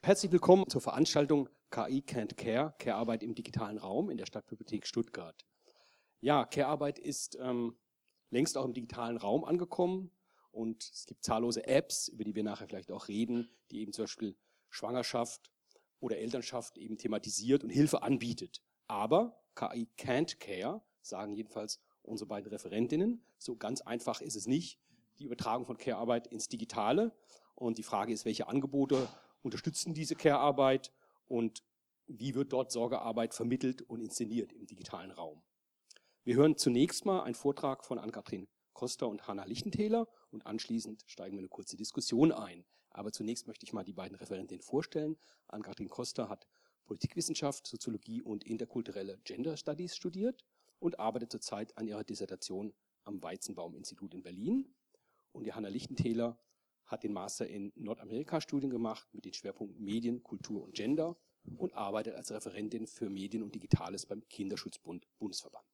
Herzlich willkommen zur Veranstaltung KI Can't Care, Care-Arbeit im digitalen Raum in der Stadtbibliothek Stuttgart. Ja, Care-Arbeit ist längst auch im digitalen Raum angekommen und es gibt zahllose Apps, über die wir nachher vielleicht auch reden, die eben zum Beispiel Schwangerschaft oder Elternschaft eben thematisiert und Hilfe anbietet. Aber KI Can't Care, sagen jedenfalls unsere beiden Referentinnen, so ganz einfach ist es nicht, die Übertragung von Care-Arbeit ins Digitale. Und die Frage ist, welche Angebote unterstützen diese Care-Arbeit und wie wird dort Sorgearbeit vermittelt und inszeniert im digitalen Raum. Wir hören zunächst mal einen Vortrag von Ann-Kathrin Koster und Hanna Lichtentäler und anschließend steigen wir eine kurze Diskussion ein. Aber zunächst möchte ich mal die beiden Referentinnen vorstellen. Ann-Kathrin Koster hat Politikwissenschaft, Soziologie und interkulturelle Gender Studies studiert und arbeitet zurzeit an ihrer Dissertation am Weizenbaum-Institut in Berlin. Und die Hanna Lichtentäler hat den Master in Nordamerika-Studien gemacht mit den Schwerpunkten Medien, Kultur und Gender und arbeitet als Referentin für Medien und Digitales beim Kinderschutzbund Bundesverband.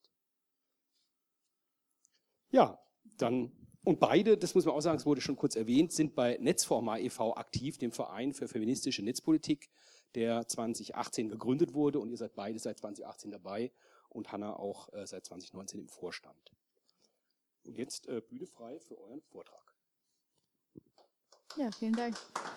Ja, dann, und beide, das muss man auch sagen, es wurde schon kurz erwähnt, sind bei Netzforma e.V. aktiv, dem Verein für feministische Netzpolitik, der 2018 gegründet wurde und ihr seid beide seit 2018 dabei und Hanna auch seit 2019 im Vorstand. Und jetzt Bühne frei für euren Vortrag. Ja, vielen Dank.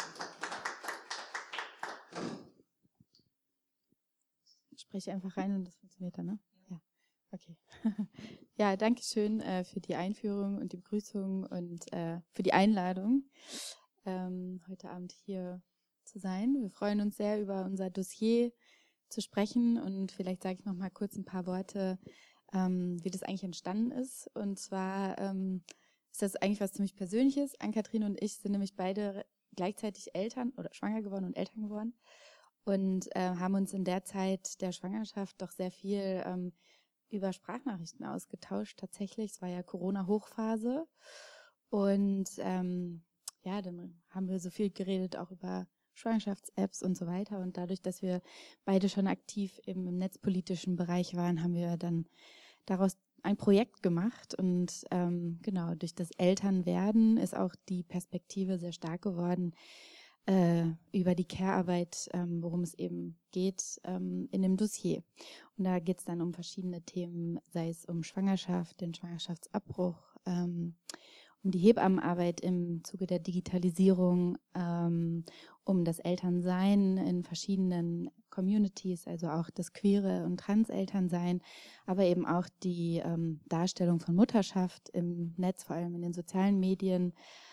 Ich spreche einfach rein und das funktioniert dann, ne? Ja, okay. Ja, danke schön für die Einführung und die Begrüßung und für die Einladung, heute Abend hier zu sein. Wir freuen uns sehr, über unser Dossier zu sprechen und vielleicht sage ich noch mal kurz ein paar Worte, wie das eigentlich entstanden ist. Und zwar ist das eigentlich was ziemlich Persönliches. Ann-Kathrin und ich sind nämlich beide gleichzeitig Eltern oder schwanger geworden und Eltern geworden und haben uns in der Zeit der Schwangerschaft doch sehr viel über Sprachnachrichten ausgetauscht. Tatsächlich, es war ja Corona-Hochphase und ja, dann haben wir so viel geredet auch über Schwangerschafts-Apps und so weiter. Und dadurch, dass wir beide schon aktiv im netzpolitischen Bereich waren, haben wir dann daraus ein Projekt gemacht und genau, durch das Elternwerden ist auch die Perspektive sehr stark geworden über die Care-Arbeit, worum es eben geht, in dem Dossier. Und da geht es dann um verschiedene Themen, sei es um Schwangerschaft, den Schwangerschaftsabbruch, um die Hebammenarbeit im Zuge der Digitalisierung, um das Elternsein in verschiedenen Communities, also auch das queere und Trans-Elternsein, aber eben auch die Darstellung von Mutterschaft im Netz, vor allem in den sozialen Medien,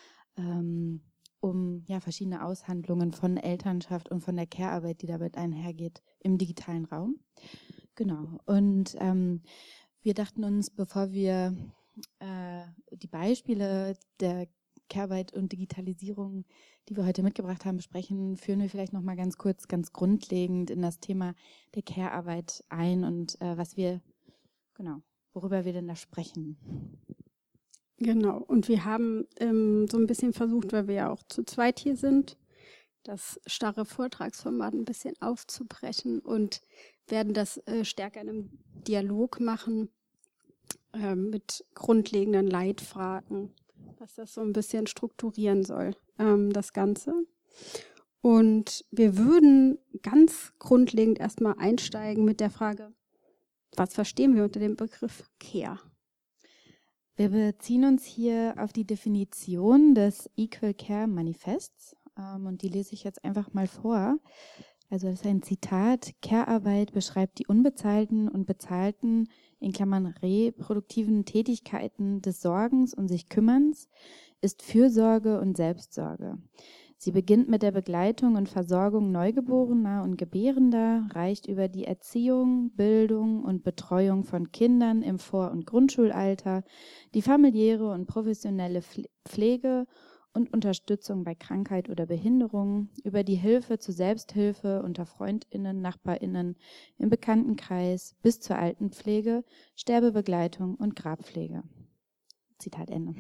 um ja verschiedene Aushandlungen von Elternschaft und von der Care-Arbeit, die damit einhergeht, im digitalen Raum. Genau. Und wir dachten uns, bevor wir die Beispiele der Care-Arbeit und Digitalisierung, die wir heute mitgebracht haben, besprechen, führen wir vielleicht noch mal ganz kurz, ganz grundlegend in das Thema der Care-Arbeit ein und worüber wir denn da sprechen. Genau, und wir haben so ein bisschen versucht, weil wir ja auch zu zweit hier sind, das starre Vortragsformat ein bisschen aufzubrechen und werden das stärker in einem Dialog machen mit grundlegenden Leitfragen, was das so ein bisschen strukturieren soll, das Ganze. Und wir würden ganz grundlegend erstmal einsteigen mit der Frage, was verstehen wir unter dem Begriff Care? Wir beziehen uns hier auf die Definition des Equal Care Manifests und die lese ich jetzt einfach mal vor. Also das ist ein Zitat: Care-Arbeit beschreibt die unbezahlten und bezahlten, in Klammern reproduktiven Tätigkeiten des Sorgens und sich Kümmerns, ist Fürsorge und Selbstsorge. Sie beginnt mit der Begleitung und Versorgung Neugeborener und Gebärender, reicht über die Erziehung, Bildung und Betreuung von Kindern im Vor- und Grundschulalter, die familiäre und professionelle Pflege und Unterstützung bei Krankheit oder Behinderung, über die Hilfe zur Selbsthilfe unter FreundInnen, NachbarInnen im Bekanntenkreis bis zur Altenpflege, Sterbebegleitung und Grabpflege. Zitat Ende.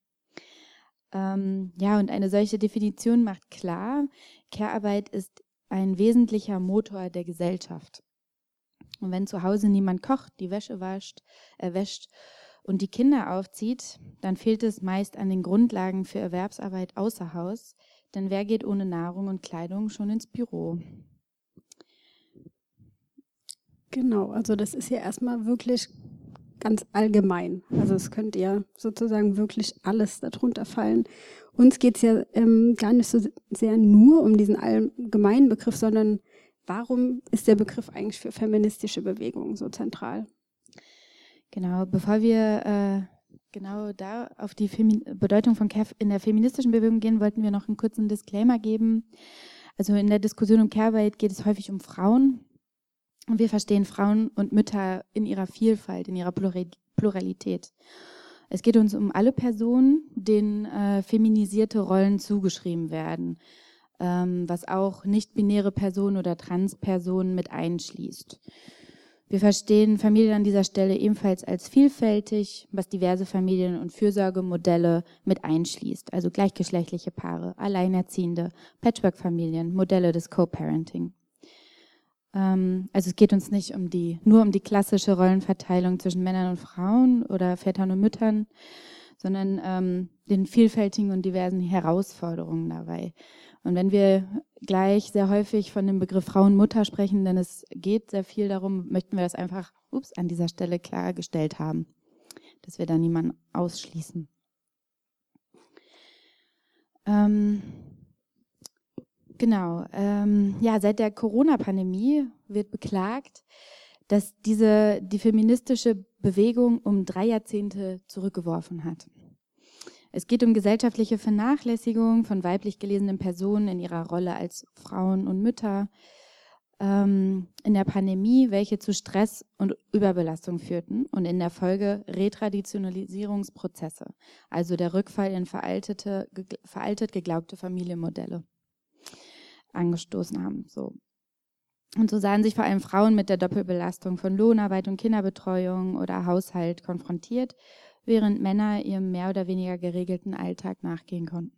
Ja, und eine solche Definition macht klar, Care-Arbeit ist ein wesentlicher Motor der Gesellschaft. Und wenn zu Hause niemand kocht, die Wäsche wäscht und die Kinder aufzieht, dann fehlt es meist an den Grundlagen für Erwerbsarbeit außer Haus, Denn wer geht ohne Nahrung und Kleidung schon ins Büro? Genau, also das ist ja erstmal wirklich ganz allgemein. Also es könnte ja sozusagen wirklich alles darunter fallen. Uns geht es ja gar nicht so sehr nur um diesen allgemeinen Begriff, sondern warum ist der Begriff eigentlich für feministische Bewegungen so zentral? Genau, bevor wir genau da auf die Bedeutung von Care in der feministischen Bewegung gehen, wollten wir noch einen kurzen Disclaimer geben. Also in der Diskussion um Care-Arbeit geht es häufig um Frauen. Und wir verstehen Frauen und Mütter in ihrer Vielfalt, in ihrer Pluralität. Es geht uns um alle Personen, denen feminisierte Rollen zugeschrieben werden, was auch nicht-binäre Personen oder Transpersonen mit einschließt. Wir verstehen Familie an dieser Stelle ebenfalls als vielfältig, was diverse Familien- und Fürsorgemodelle mit einschließt, also gleichgeschlechtliche Paare, Alleinerziehende, Patchwork-Familien, Modelle des Co-Parenting. Also es geht uns nicht nur um die klassische Rollenverteilung zwischen Männern und Frauen oder Vätern und Müttern, sondern den vielfältigen und diversen Herausforderungen dabei. Und wenn wir gleich sehr häufig von dem Begriff Frauenmutter sprechen, denn es geht sehr viel darum, möchten wir das einfach an dieser Stelle klargestellt haben, dass wir da niemanden ausschließen. Genau. Seit der Corona-Pandemie wird beklagt, dass die feministische Bewegung um 3 Jahrzehnte zurückgeworfen hat. Es geht um gesellschaftliche Vernachlässigung von weiblich gelesenen Personen in ihrer Rolle als Frauen und Mütter in der Pandemie, welche zu Stress und Überbelastung führten und in der Folge Retraditionalisierungsprozesse, also der Rückfall in veraltet geglaubte Familienmodelle angestoßen haben. So. Und so sahen sich vor allem Frauen mit der Doppelbelastung von Lohnarbeit und Kinderbetreuung oder Haushalt konfrontiert, während Männer ihrem mehr oder weniger geregelten Alltag nachgehen konnten.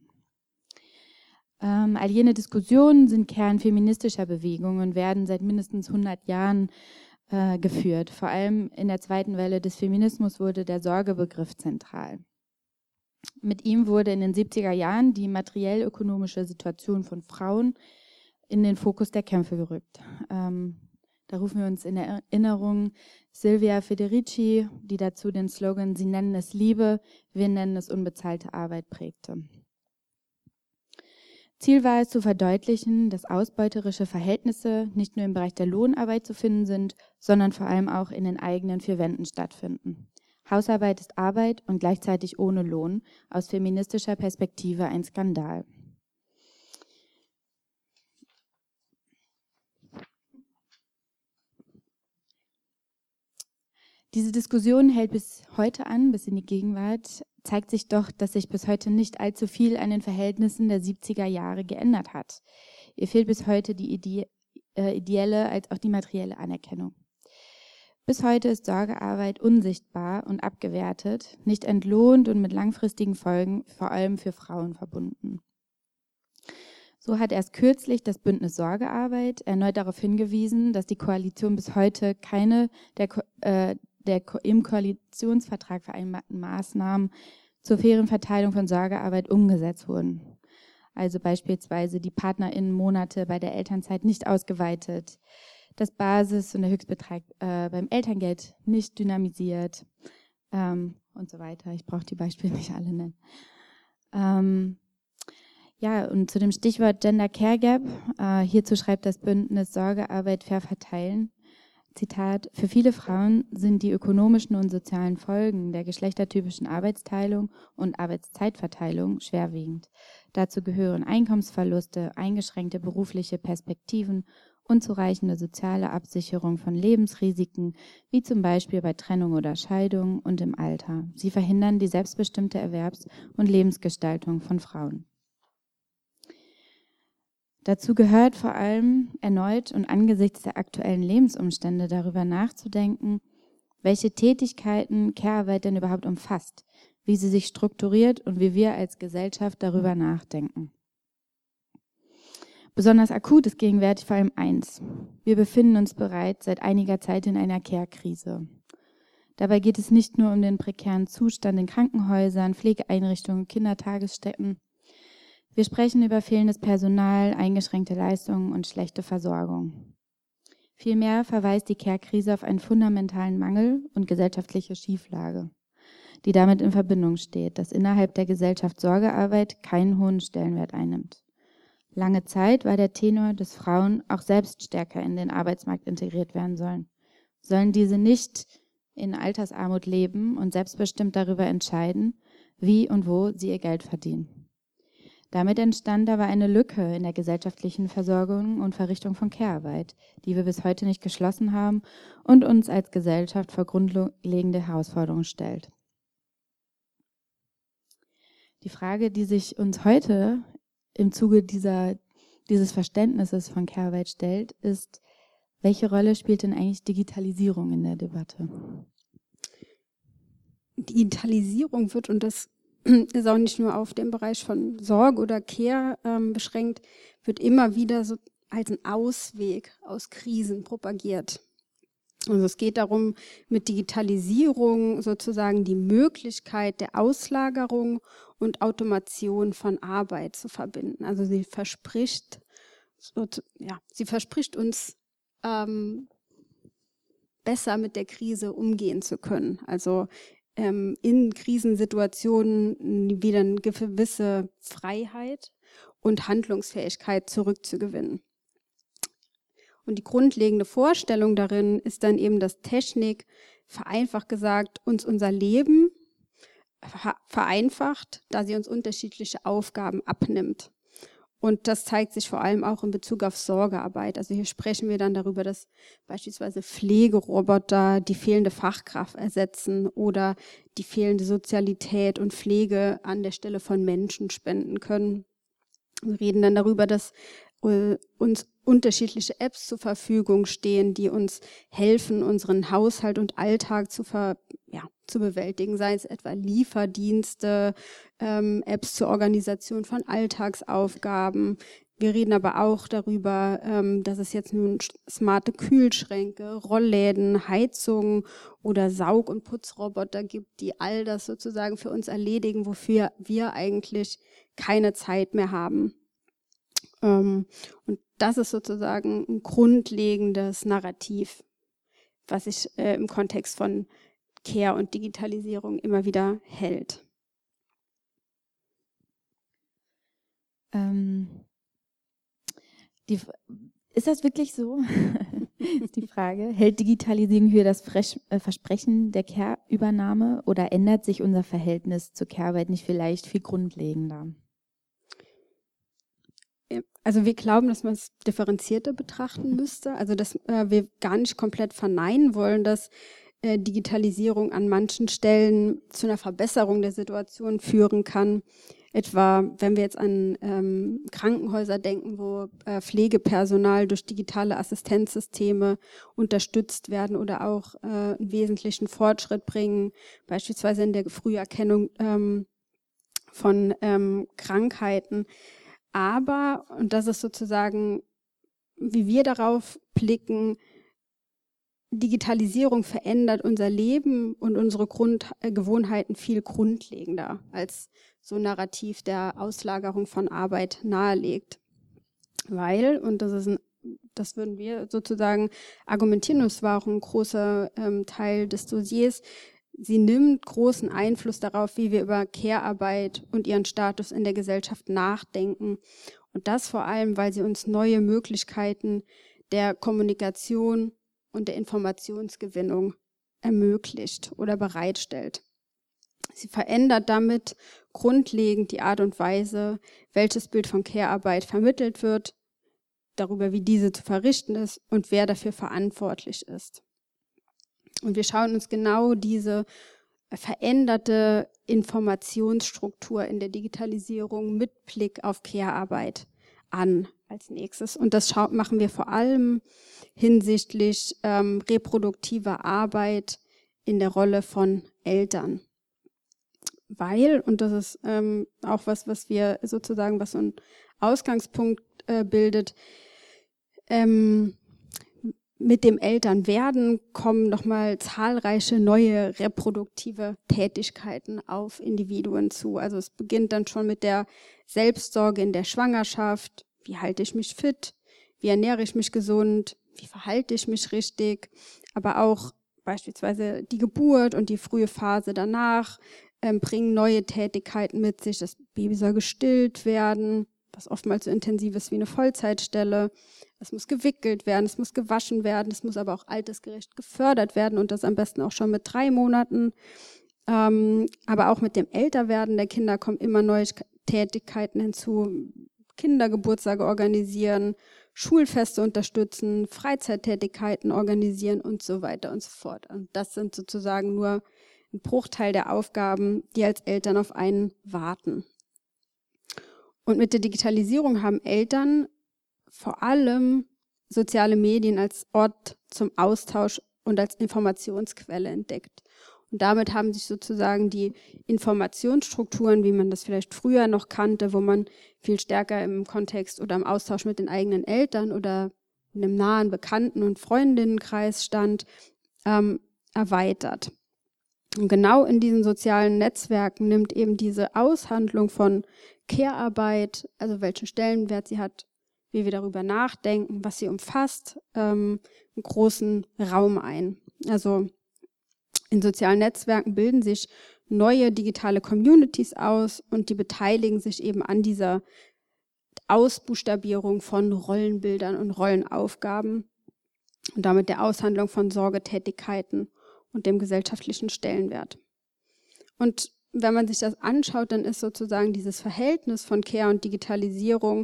All jene Diskussionen sind Kern feministischer Bewegungen und werden seit mindestens 100 Jahren geführt. Vor allem in der zweiten Welle des Feminismus wurde der Sorgebegriff zentral. Mit ihm wurde in den 70er Jahren die materiell-ökonomische Situation von Frauen in den Fokus der Kämpfe gerückt. Da rufen wir uns in Erinnerung Silvia Federici, die dazu den Slogan „Sie nennen es Liebe, wir nennen es unbezahlte Arbeit“ prägte. Ziel war es zu verdeutlichen, dass ausbeuterische Verhältnisse nicht nur im Bereich der Lohnarbeit zu finden sind, sondern vor allem auch in den eigenen 4 Wänden stattfinden. Hausarbeit ist Arbeit und gleichzeitig ohne Lohn, aus feministischer Perspektive ein Skandal. Diese Diskussion hält bis heute an, bis in die Gegenwart. Zeigt sich doch, dass sich bis heute nicht allzu viel an den Verhältnissen der 70er Jahre geändert hat. Ihr fehlt bis heute die ideelle als auch die materielle Anerkennung. Bis heute ist Sorgearbeit unsichtbar und abgewertet, nicht entlohnt und mit langfristigen Folgen, vor allem für Frauen, verbunden. So hat erst kürzlich das Bündnis Sorgearbeit erneut darauf hingewiesen, dass die Koalition bis heute keine der im Koalitionsvertrag vereinbarten Maßnahmen zur fairen Verteilung von Sorgearbeit umgesetzt wurden. Also beispielsweise die PartnerInnenmonate bei der Elternzeit nicht ausgeweitet, das Basis- und der Höchstbetrag beim Elterngeld nicht dynamisiert und so weiter. Ich brauche die Beispiele nicht alle nennen. Und zu dem Stichwort Gender Care Gap, hierzu schreibt das Bündnis Sorgearbeit fair verteilen. Zitat: Für viele Frauen sind die ökonomischen und sozialen Folgen der geschlechtertypischen Arbeitsteilung und Arbeitszeitverteilung schwerwiegend. Dazu gehören Einkommensverluste, eingeschränkte berufliche Perspektiven, unzureichende soziale Absicherung von Lebensrisiken, wie zum Beispiel bei Trennung oder Scheidung und im Alter. Sie verhindern die selbstbestimmte Erwerbs- und Lebensgestaltung von Frauen. Dazu gehört vor allem erneut und angesichts der aktuellen Lebensumstände darüber nachzudenken, welche Tätigkeiten Care-Arbeit denn überhaupt umfasst, wie sie sich strukturiert und wie wir als Gesellschaft darüber nachdenken. Besonders akut ist gegenwärtig vor allem eins: Wir befinden uns bereits seit einiger Zeit in einer Care-Krise. Dabei geht es nicht nur um den prekären Zustand in Krankenhäusern, Pflegeeinrichtungen, Kindertagesstätten. Wir sprechen über fehlendes Personal, eingeschränkte Leistungen und schlechte Versorgung. Vielmehr verweist die Care-Krise auf einen fundamentalen Mangel und gesellschaftliche Schieflage, die damit in Verbindung steht, dass innerhalb der Gesellschaft Sorgearbeit keinen hohen Stellenwert einnimmt. Lange Zeit war der Tenor, dass Frauen auch selbst stärker in den Arbeitsmarkt integriert werden sollen. Sollen diese nicht in Altersarmut leben und selbstbestimmt darüber entscheiden, wie und wo sie ihr Geld verdienen. Damit entstand aber eine Lücke in der gesellschaftlichen Versorgung und Verrichtung von Care-Arbeit, die wir bis heute nicht geschlossen haben und uns als Gesellschaft vor grundlegende Herausforderungen stellt. Die Frage, die sich uns heute im Zuge dieses Verständnisses von Care-Arbeit stellt, ist, welche Rolle spielt denn eigentlich Digitalisierung in der Debatte? Digitalisierung wird, und das ist auch nicht nur auf den Bereich von Sorge oder Care beschränkt, wird immer wieder so als ein Ausweg aus Krisen propagiert. Also es geht darum, mit Digitalisierung sozusagen die Möglichkeit der Auslagerung und Automation von Arbeit zu verbinden. Also sie verspricht uns besser mit der Krise umgehen zu können. Also in Krisensituationen wieder eine gewisse Freiheit und Handlungsfähigkeit zurückzugewinnen. Und die grundlegende Vorstellung darin ist dann eben, dass Technik, vereinfacht gesagt, uns unser Leben vereinfacht, da sie uns unterschiedliche Aufgaben abnimmt. Und das zeigt sich vor allem auch in Bezug auf Sorgearbeit. Also hier sprechen wir dann darüber, dass beispielsweise Pflegeroboter die fehlende Fachkraft ersetzen oder die fehlende Sozialität und Pflege an der Stelle von Menschen spenden können. Wir reden dann darüber, dass uns unterschiedliche Apps zur Verfügung stehen, die uns helfen, unseren Haushalt und Alltag zu bewältigen, sei es etwa Lieferdienste, Apps zur Organisation von Alltagsaufgaben. Wir reden aber auch darüber, dass es jetzt nun smarte Kühlschränke, Rollläden, Heizungen oder Saug- und Putzroboter gibt, die all das sozusagen für uns erledigen, wofür wir eigentlich keine Zeit mehr haben. Und das ist sozusagen ein grundlegendes Narrativ, was sich im Kontext von Care und Digitalisierung immer wieder hält. Ist das wirklich so? Ist die Frage. Hält Digitalisierung für das Versprechen der Care-Übernahme oder ändert sich unser Verhältnis zur Care-Arbeit nicht vielleicht viel grundlegender? Also wir glauben, dass man es differenzierter betrachten müsste, also dass wir gar nicht komplett verneinen wollen, dass Digitalisierung an manchen Stellen zu einer Verbesserung der Situation führen kann. Etwa, wenn wir jetzt an Krankenhäuser denken, wo Pflegepersonal durch digitale Assistenzsysteme unterstützt werden oder auch einen wesentlichen Fortschritt bringen, beispielsweise in der Früherkennung von Krankheiten. Aber, und das ist sozusagen, wie wir darauf blicken, Digitalisierung verändert unser Leben und unsere Gewohnheiten viel grundlegender, als so ein Narrativ der Auslagerung von Arbeit nahelegt. Weil, und das würden wir sozusagen argumentieren, und es war auch ein großer Teil des Dossiers, sie nimmt großen Einfluss darauf, wie wir über Care-Arbeit und ihren Status in der Gesellschaft nachdenken. Und das vor allem, weil sie uns neue Möglichkeiten der Kommunikation und der Informationsgewinnung ermöglicht oder bereitstellt. Sie verändert damit grundlegend die Art und Weise, welches Bild von Care-Arbeit vermittelt wird, darüber, wie diese zu verrichten ist und wer dafür verantwortlich ist. Und wir schauen uns genau diese veränderte Informationsstruktur in der Digitalisierung mit Blick auf Care-Arbeit an als nächstes. Und das machen wir vor allem hinsichtlich reproduktiver Arbeit in der Rolle von Eltern. Weil, und das ist auch was wir sozusagen, was so ein Ausgangspunkt bildet, mit dem Elternwerden kommen nochmal zahlreiche neue reproduktive Tätigkeiten auf Individuen zu. Also es beginnt dann schon mit der Selbstsorge in der Schwangerschaft. Wie halte ich mich fit? Wie ernähre ich mich gesund? Wie verhalte ich mich richtig? Aber auch beispielsweise die Geburt und die frühe Phase danach bringen neue Tätigkeiten mit sich. Das Baby soll gestillt werden, was oftmals so intensiv ist wie eine Vollzeitstelle. Es muss gewickelt werden, es muss gewaschen werden, es muss aber auch altersgerecht gefördert werden und das am besten auch schon mit 3 Monaten. Aber auch mit dem Älterwerden der Kinder kommen immer neue Tätigkeiten hinzu. Kindergeburtstage organisieren, Schulfeste unterstützen, Freizeittätigkeiten organisieren und so weiter und so fort. Und das sind sozusagen nur ein Bruchteil der Aufgaben, die als Eltern auf einen warten. Und mit der Digitalisierung haben Eltern vor allem soziale Medien als Ort zum Austausch und als Informationsquelle entdeckt. Und damit haben sich sozusagen die Informationsstrukturen, wie man das vielleicht früher noch kannte, wo man viel stärker im Kontext oder im Austausch mit den eigenen Eltern oder in einem nahen Bekannten- und Freundinnenkreis stand, erweitert. Und genau in diesen sozialen Netzwerken nimmt eben diese Aushandlung von Care-Arbeit, also welchen Stellenwert sie hat, wie wir darüber nachdenken, was sie umfasst, einen großen Raum ein. Also in sozialen Netzwerken bilden sich neue digitale Communities aus und die beteiligen sich eben an dieser Ausbuchstabierung von Rollenbildern und Rollenaufgaben und damit der Aushandlung von Sorgetätigkeiten und dem gesellschaftlichen Stellenwert. Und wenn man sich das anschaut, dann ist sozusagen dieses Verhältnis von Care und Digitalisierung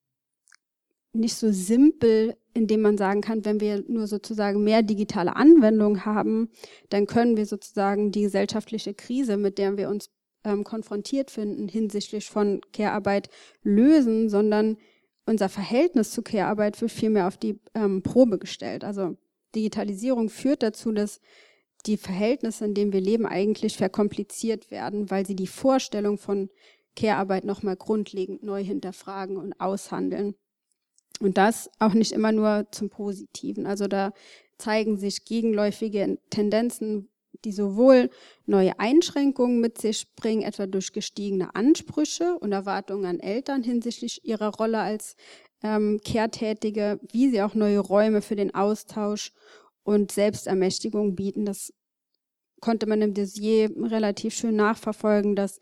nicht so simpel, indem man sagen kann, wenn wir nur sozusagen mehr digitale Anwendungen haben, dann können wir sozusagen die gesellschaftliche Krise, mit der wir uns konfrontiert finden, hinsichtlich von Care-Arbeit lösen, sondern unser Verhältnis zu Care-Arbeit wird vielmehr auf die Probe gestellt. Also Digitalisierung führt dazu, dass die Verhältnisse, in denen wir leben, eigentlich verkompliziert werden, weil sie die Vorstellung von Care-Arbeit nochmal grundlegend neu hinterfragen und aushandeln. Und das auch nicht immer nur zum Positiven. Also da zeigen sich gegenläufige Tendenzen, die sowohl neue Einschränkungen mit sich bringen, etwa durch gestiegene Ansprüche und Erwartungen an Eltern hinsichtlich ihrer Rolle als Care-Tätige, wie sie auch neue Räume für den Austausch und Selbstermächtigung bieten. Das konnte man im Dossier relativ schön nachverfolgen, dass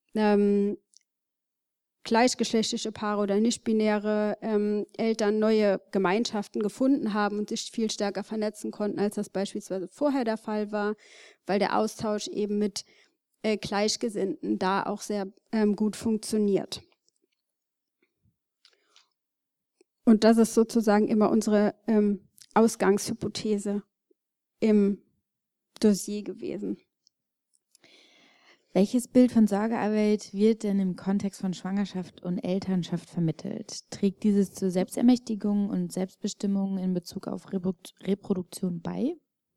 gleichgeschlechtliche Paare oder nicht-binäre Eltern neue Gemeinschaften gefunden haben und sich viel stärker vernetzen konnten, als das beispielsweise vorher der Fall war, weil der Austausch eben mit Gleichgesinnten da auch sehr gut funktioniert. Und das ist sozusagen immer unsere Ausgangshypothese im Dossier gewesen. Welches Bild von Sorgearbeit wird denn im Kontext von Schwangerschaft und Elternschaft vermittelt? Trägt dieses zur Selbstermächtigung und Selbstbestimmung in Bezug auf Reproduktion bei?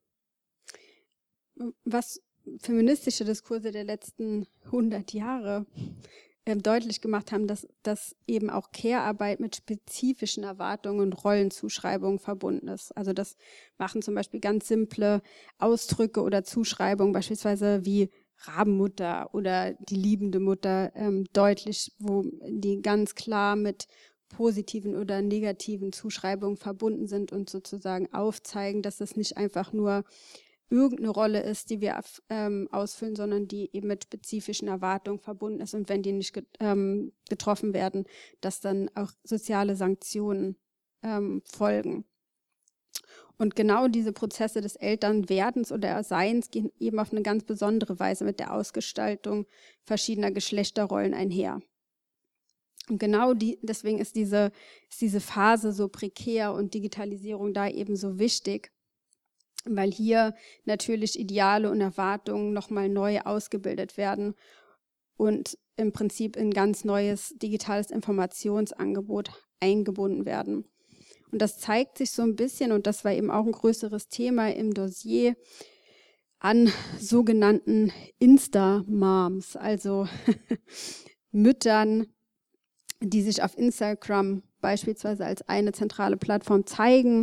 Was feministische Diskurse der letzten 100 Jahre deutlich gemacht haben, dass eben auch Care-Arbeit mit spezifischen Erwartungen und Rollenzuschreibungen verbunden ist. Also das machen zum Beispiel ganz simple Ausdrücke oder Zuschreibungen, beispielsweise wie Rabenmutter oder die liebende Mutter deutlich, wo die ganz klar mit positiven oder negativen Zuschreibungen verbunden sind und sozusagen aufzeigen, dass es nicht einfach nur irgendeine Rolle ist, die wir ausfüllen, sondern die eben mit spezifischen Erwartungen verbunden ist und wenn die nicht getroffen werden, dass dann auch soziale Sanktionen folgen. Und genau diese Prozesse des Elternwerdens oder Seins gehen eben auf eine ganz besondere Weise mit der Ausgestaltung verschiedener Geschlechterrollen einher. Und genau deswegen ist diese Phase so prekär und Digitalisierung da eben so wichtig, weil hier natürlich Ideale und Erwartungen nochmal neu ausgebildet werden und im Prinzip in ganz neues digitales Informationsangebot eingebunden werden. Und das zeigt sich so ein bisschen, und das war eben auch ein größeres Thema im Dossier, an sogenannten Insta-Moms, also Müttern, die sich auf Instagram beispielsweise als eine zentrale Plattform zeigen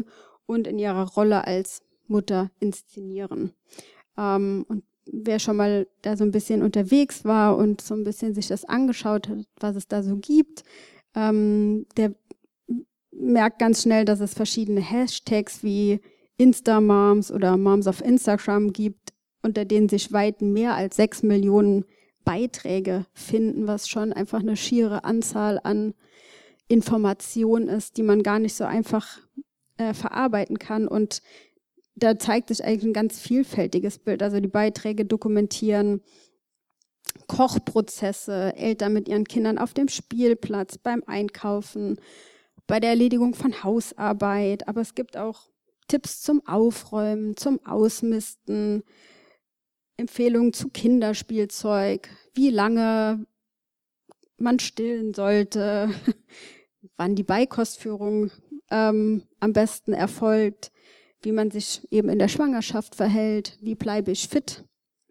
und in ihrer Rolle als Mutter inszenieren. Und wer schon mal da so ein bisschen unterwegs war und so ein bisschen sich das angeschaut hat, was es da so gibt, der merkt ganz schnell, dass es verschiedene Hashtags wie Instamoms oder Moms of Instagram gibt, unter denen sich weit mehr als 6 Millionen Beiträge finden, was schon einfach eine schiere Anzahl an Informationen ist, die man gar nicht so einfach verarbeiten kann. Und da zeigt sich eigentlich ein ganz vielfältiges Bild. Also die Beiträge dokumentieren Kochprozesse, Eltern mit ihren Kindern auf dem Spielplatz, beim Einkaufen, bei der Erledigung von Hausarbeit. Aber es gibt auch Tipps zum Aufräumen, zum Ausmisten, Empfehlungen zu Kinderspielzeug, wie lange man stillen sollte, wann die Beikostführung am besten erfolgt, wie man sich eben in der Schwangerschaft verhält, wie bleibe ich fit.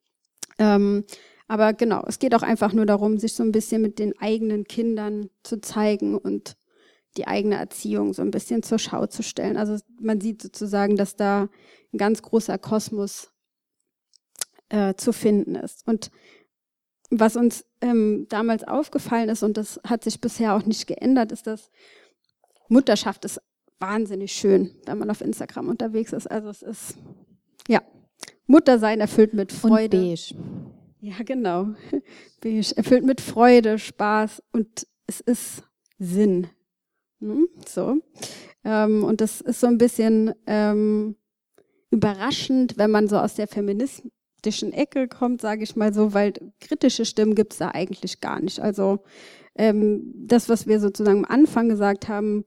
Aber genau, es geht auch einfach nur darum, sich so ein bisschen mit den eigenen Kindern zu zeigen und die eigene Erziehung so ein bisschen zur Schau zu stellen. Also man sieht sozusagen, dass da ein ganz großer Kosmos zu finden ist. Und was uns damals aufgefallen ist, und das hat sich bisher auch nicht geändert, ist, dass Mutterschaft ist wahnsinnig schön, wenn man auf Instagram unterwegs ist. Also es ist, ja, Muttersein erfüllt mit Freude. Und beige. Ja, genau. Beige, erfüllt mit Freude, Spaß und es ist Sinn. So. Und das ist so ein bisschen überraschend, wenn man so aus der feministischen Ecke kommt, sage ich mal so, weil kritische Stimmen gibt es da eigentlich gar nicht. Also das, was wir sozusagen am Anfang gesagt haben,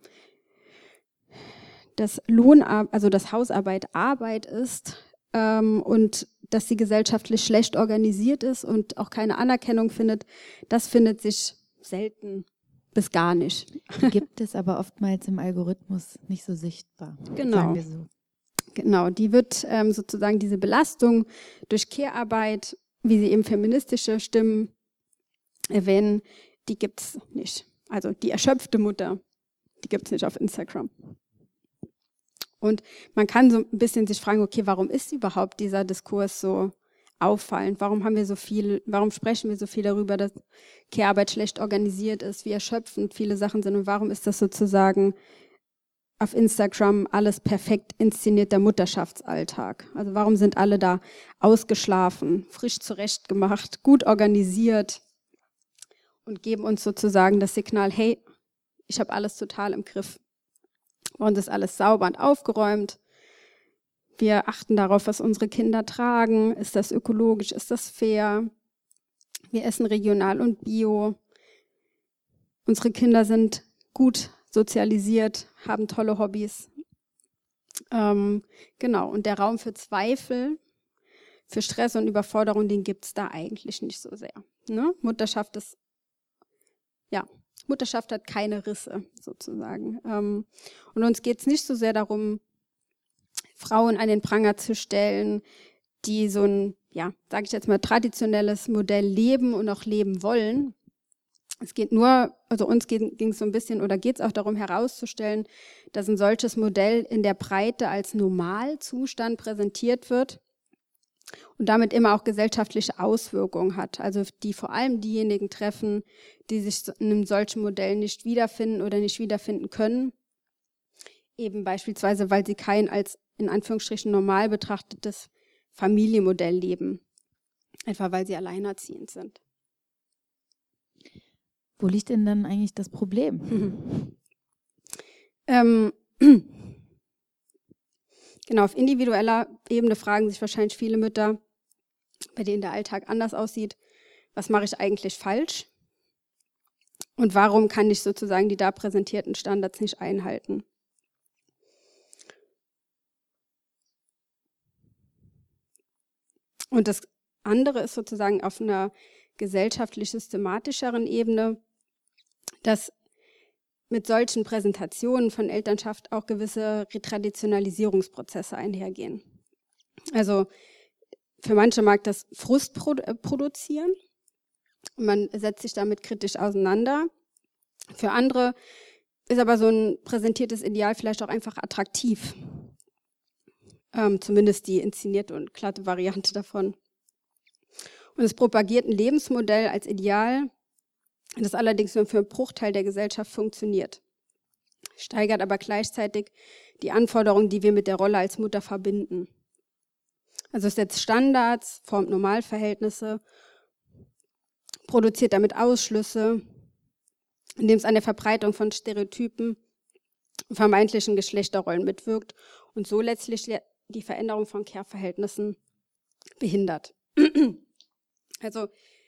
dass dass Hausarbeit Arbeit ist und dass sie gesellschaftlich schlecht organisiert ist und auch keine Anerkennung findet, das findet sich selten bis gar nicht. Die gibt es aber oftmals im Algorithmus nicht so sichtbar. Genau. Sagen wir so. Genau, die wird sozusagen diese Belastung durch Care-Arbeit, wie sie eben feministische Stimmen erwähnen, die gibt es nicht. Also die erschöpfte Mutter, die gibt es nicht auf Instagram. Und man kann so ein bisschen sich fragen, okay, warum ist überhaupt dieser Diskurs so auffallend? Warum sprechen wir so viel darüber, dass Care-Arbeit schlecht organisiert ist, wie erschöpfend viele Sachen sind und warum ist das sozusagen auf Instagram alles perfekt inszenierter Mutterschaftsalltag? Also warum sind alle da ausgeschlafen, frisch zurechtgemacht, gut organisiert und geben uns sozusagen das Signal, hey, ich habe alles total im Griff. Bei uns ist alles sauber und aufgeräumt. Wir achten darauf, was unsere Kinder tragen. Ist das ökologisch? Ist das fair? Wir essen regional und bio. Unsere Kinder sind gut sozialisiert, haben tolle Hobbys. Genau, und der Raum für Zweifel, für Stress und Überforderung, den gibt es da eigentlich nicht so sehr. Ne? Mutterschaft hat keine Risse sozusagen. Und uns geht es nicht so sehr darum, Frauen an den Pranger zu stellen, die so ein, sage ich jetzt mal, traditionelles Modell leben und auch leben wollen. Es geht nur, also uns ging es so ein bisschen oder geht es auch darum herauszustellen, dass ein solches Modell in der Breite als Normalzustand präsentiert wird und damit immer auch gesellschaftliche Auswirkungen hat. Also die vor allem diejenigen treffen, die sich in einem solchen Modell nicht wiederfinden oder nicht wiederfinden können. Eben beispielsweise, weil sie kein als in Anführungsstrichen normal betrachtetes Familienmodell leben. Etwa weil sie alleinerziehend sind. Wo liegt denn dann eigentlich das Problem? Genau, auf individueller Ebene fragen sich wahrscheinlich viele Mütter, bei denen der Alltag anders aussieht, was mache ich eigentlich falsch? Und warum kann ich sozusagen die da präsentierten Standards nicht einhalten? Und das andere ist sozusagen auf einer gesellschaftlich-systematischeren Ebene, dass mit solchen Präsentationen von Elternschaft auch gewisse Retraditionalisierungsprozesse einhergehen. Also für manche mag das Frust produzieren. Man setzt sich damit kritisch auseinander. Für andere ist aber so ein präsentiertes Ideal vielleicht auch einfach attraktiv. zumindest die inszenierte und glatte Variante davon. Und es propagiert ein Lebensmodell als Ideal, das allerdings nur für einen Bruchteil der Gesellschaft funktioniert. Steigert aber gleichzeitig die Anforderungen, die wir mit der Rolle als Mutter verbinden. Also es setzt Standards, formt Normalverhältnisse, produziert damit Ausschlüsse, indem es an der Verbreitung von Stereotypen und vermeintlichen Geschlechterrollen mitwirkt und so letztlich die Veränderung von Care-Verhältnissen behindert. Also,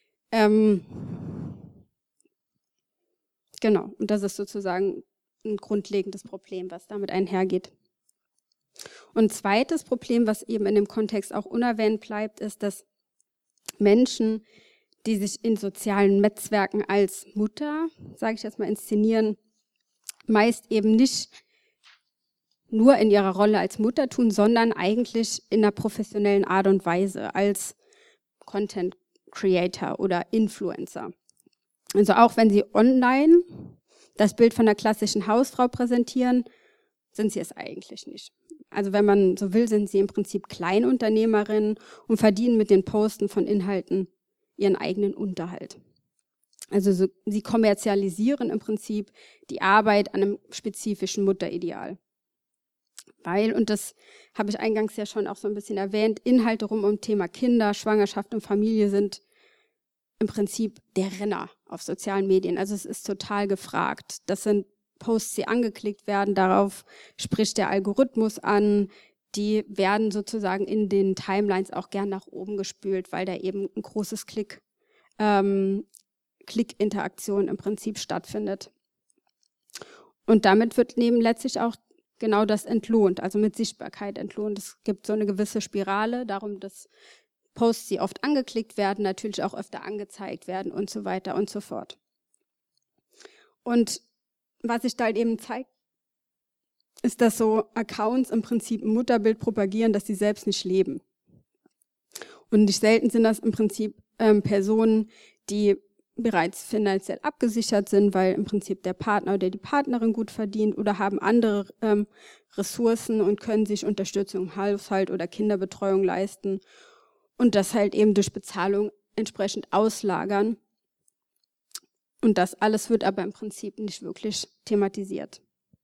genau, und das ist sozusagen ein grundlegendes Problem, was damit einhergeht. Und ein zweites Problem, was eben in dem Kontext auch unerwähnt bleibt, ist, dass Menschen, die sich in sozialen Netzwerken als Mutter, sage ich jetzt mal, inszenieren, meist eben nicht nur in ihrer Rolle als Mutter tun, sondern eigentlich in einer professionellen Art und Weise als Content Creator oder Influencer. Also auch wenn sie online das Bild von einer klassischen Hausfrau präsentieren, sind sie es eigentlich nicht. Also wenn man so will, sind sie im Prinzip Kleinunternehmerinnen und verdienen mit den Posten von Inhalten ihren eigenen Unterhalt. Also sie kommerzialisieren im Prinzip die Arbeit an einem spezifischen Mutterideal. Weil, und das habe ich eingangs ja schon auch so ein bisschen erwähnt, Inhalte rund um Thema Kinder, Schwangerschaft und Familie sind im Prinzip der Renner auf sozialen Medien. Also es ist total gefragt. Das sind Posts, die angeklickt werden, darauf spricht der Algorithmus an. Die werden sozusagen in den Timelines auch gern nach oben gespült, weil da eben ein großes Klick-Interaktion im Prinzip stattfindet. Und damit wird eben letztlich auch genau das entlohnt, also mit Sichtbarkeit entlohnt. Es gibt so eine gewisse Spirale, darum, dass Posts, die oft angeklickt werden, natürlich auch öfter angezeigt werden und so weiter und so fort. Und was sich da halt eben zeigt, ist, dass so Accounts im Prinzip ein Mutterbild propagieren, das sie selbst nicht leben. Und nicht selten sind das im Prinzip Personen, die bereits finanziell abgesichert sind, weil im Prinzip der Partner oder die Partnerin gut verdient oder haben andere Ressourcen und können sich Unterstützung im Haushalt oder Kinderbetreuung leisten und das halt eben durch Bezahlung entsprechend auslagern. Und das alles wird aber im Prinzip nicht wirklich thematisiert.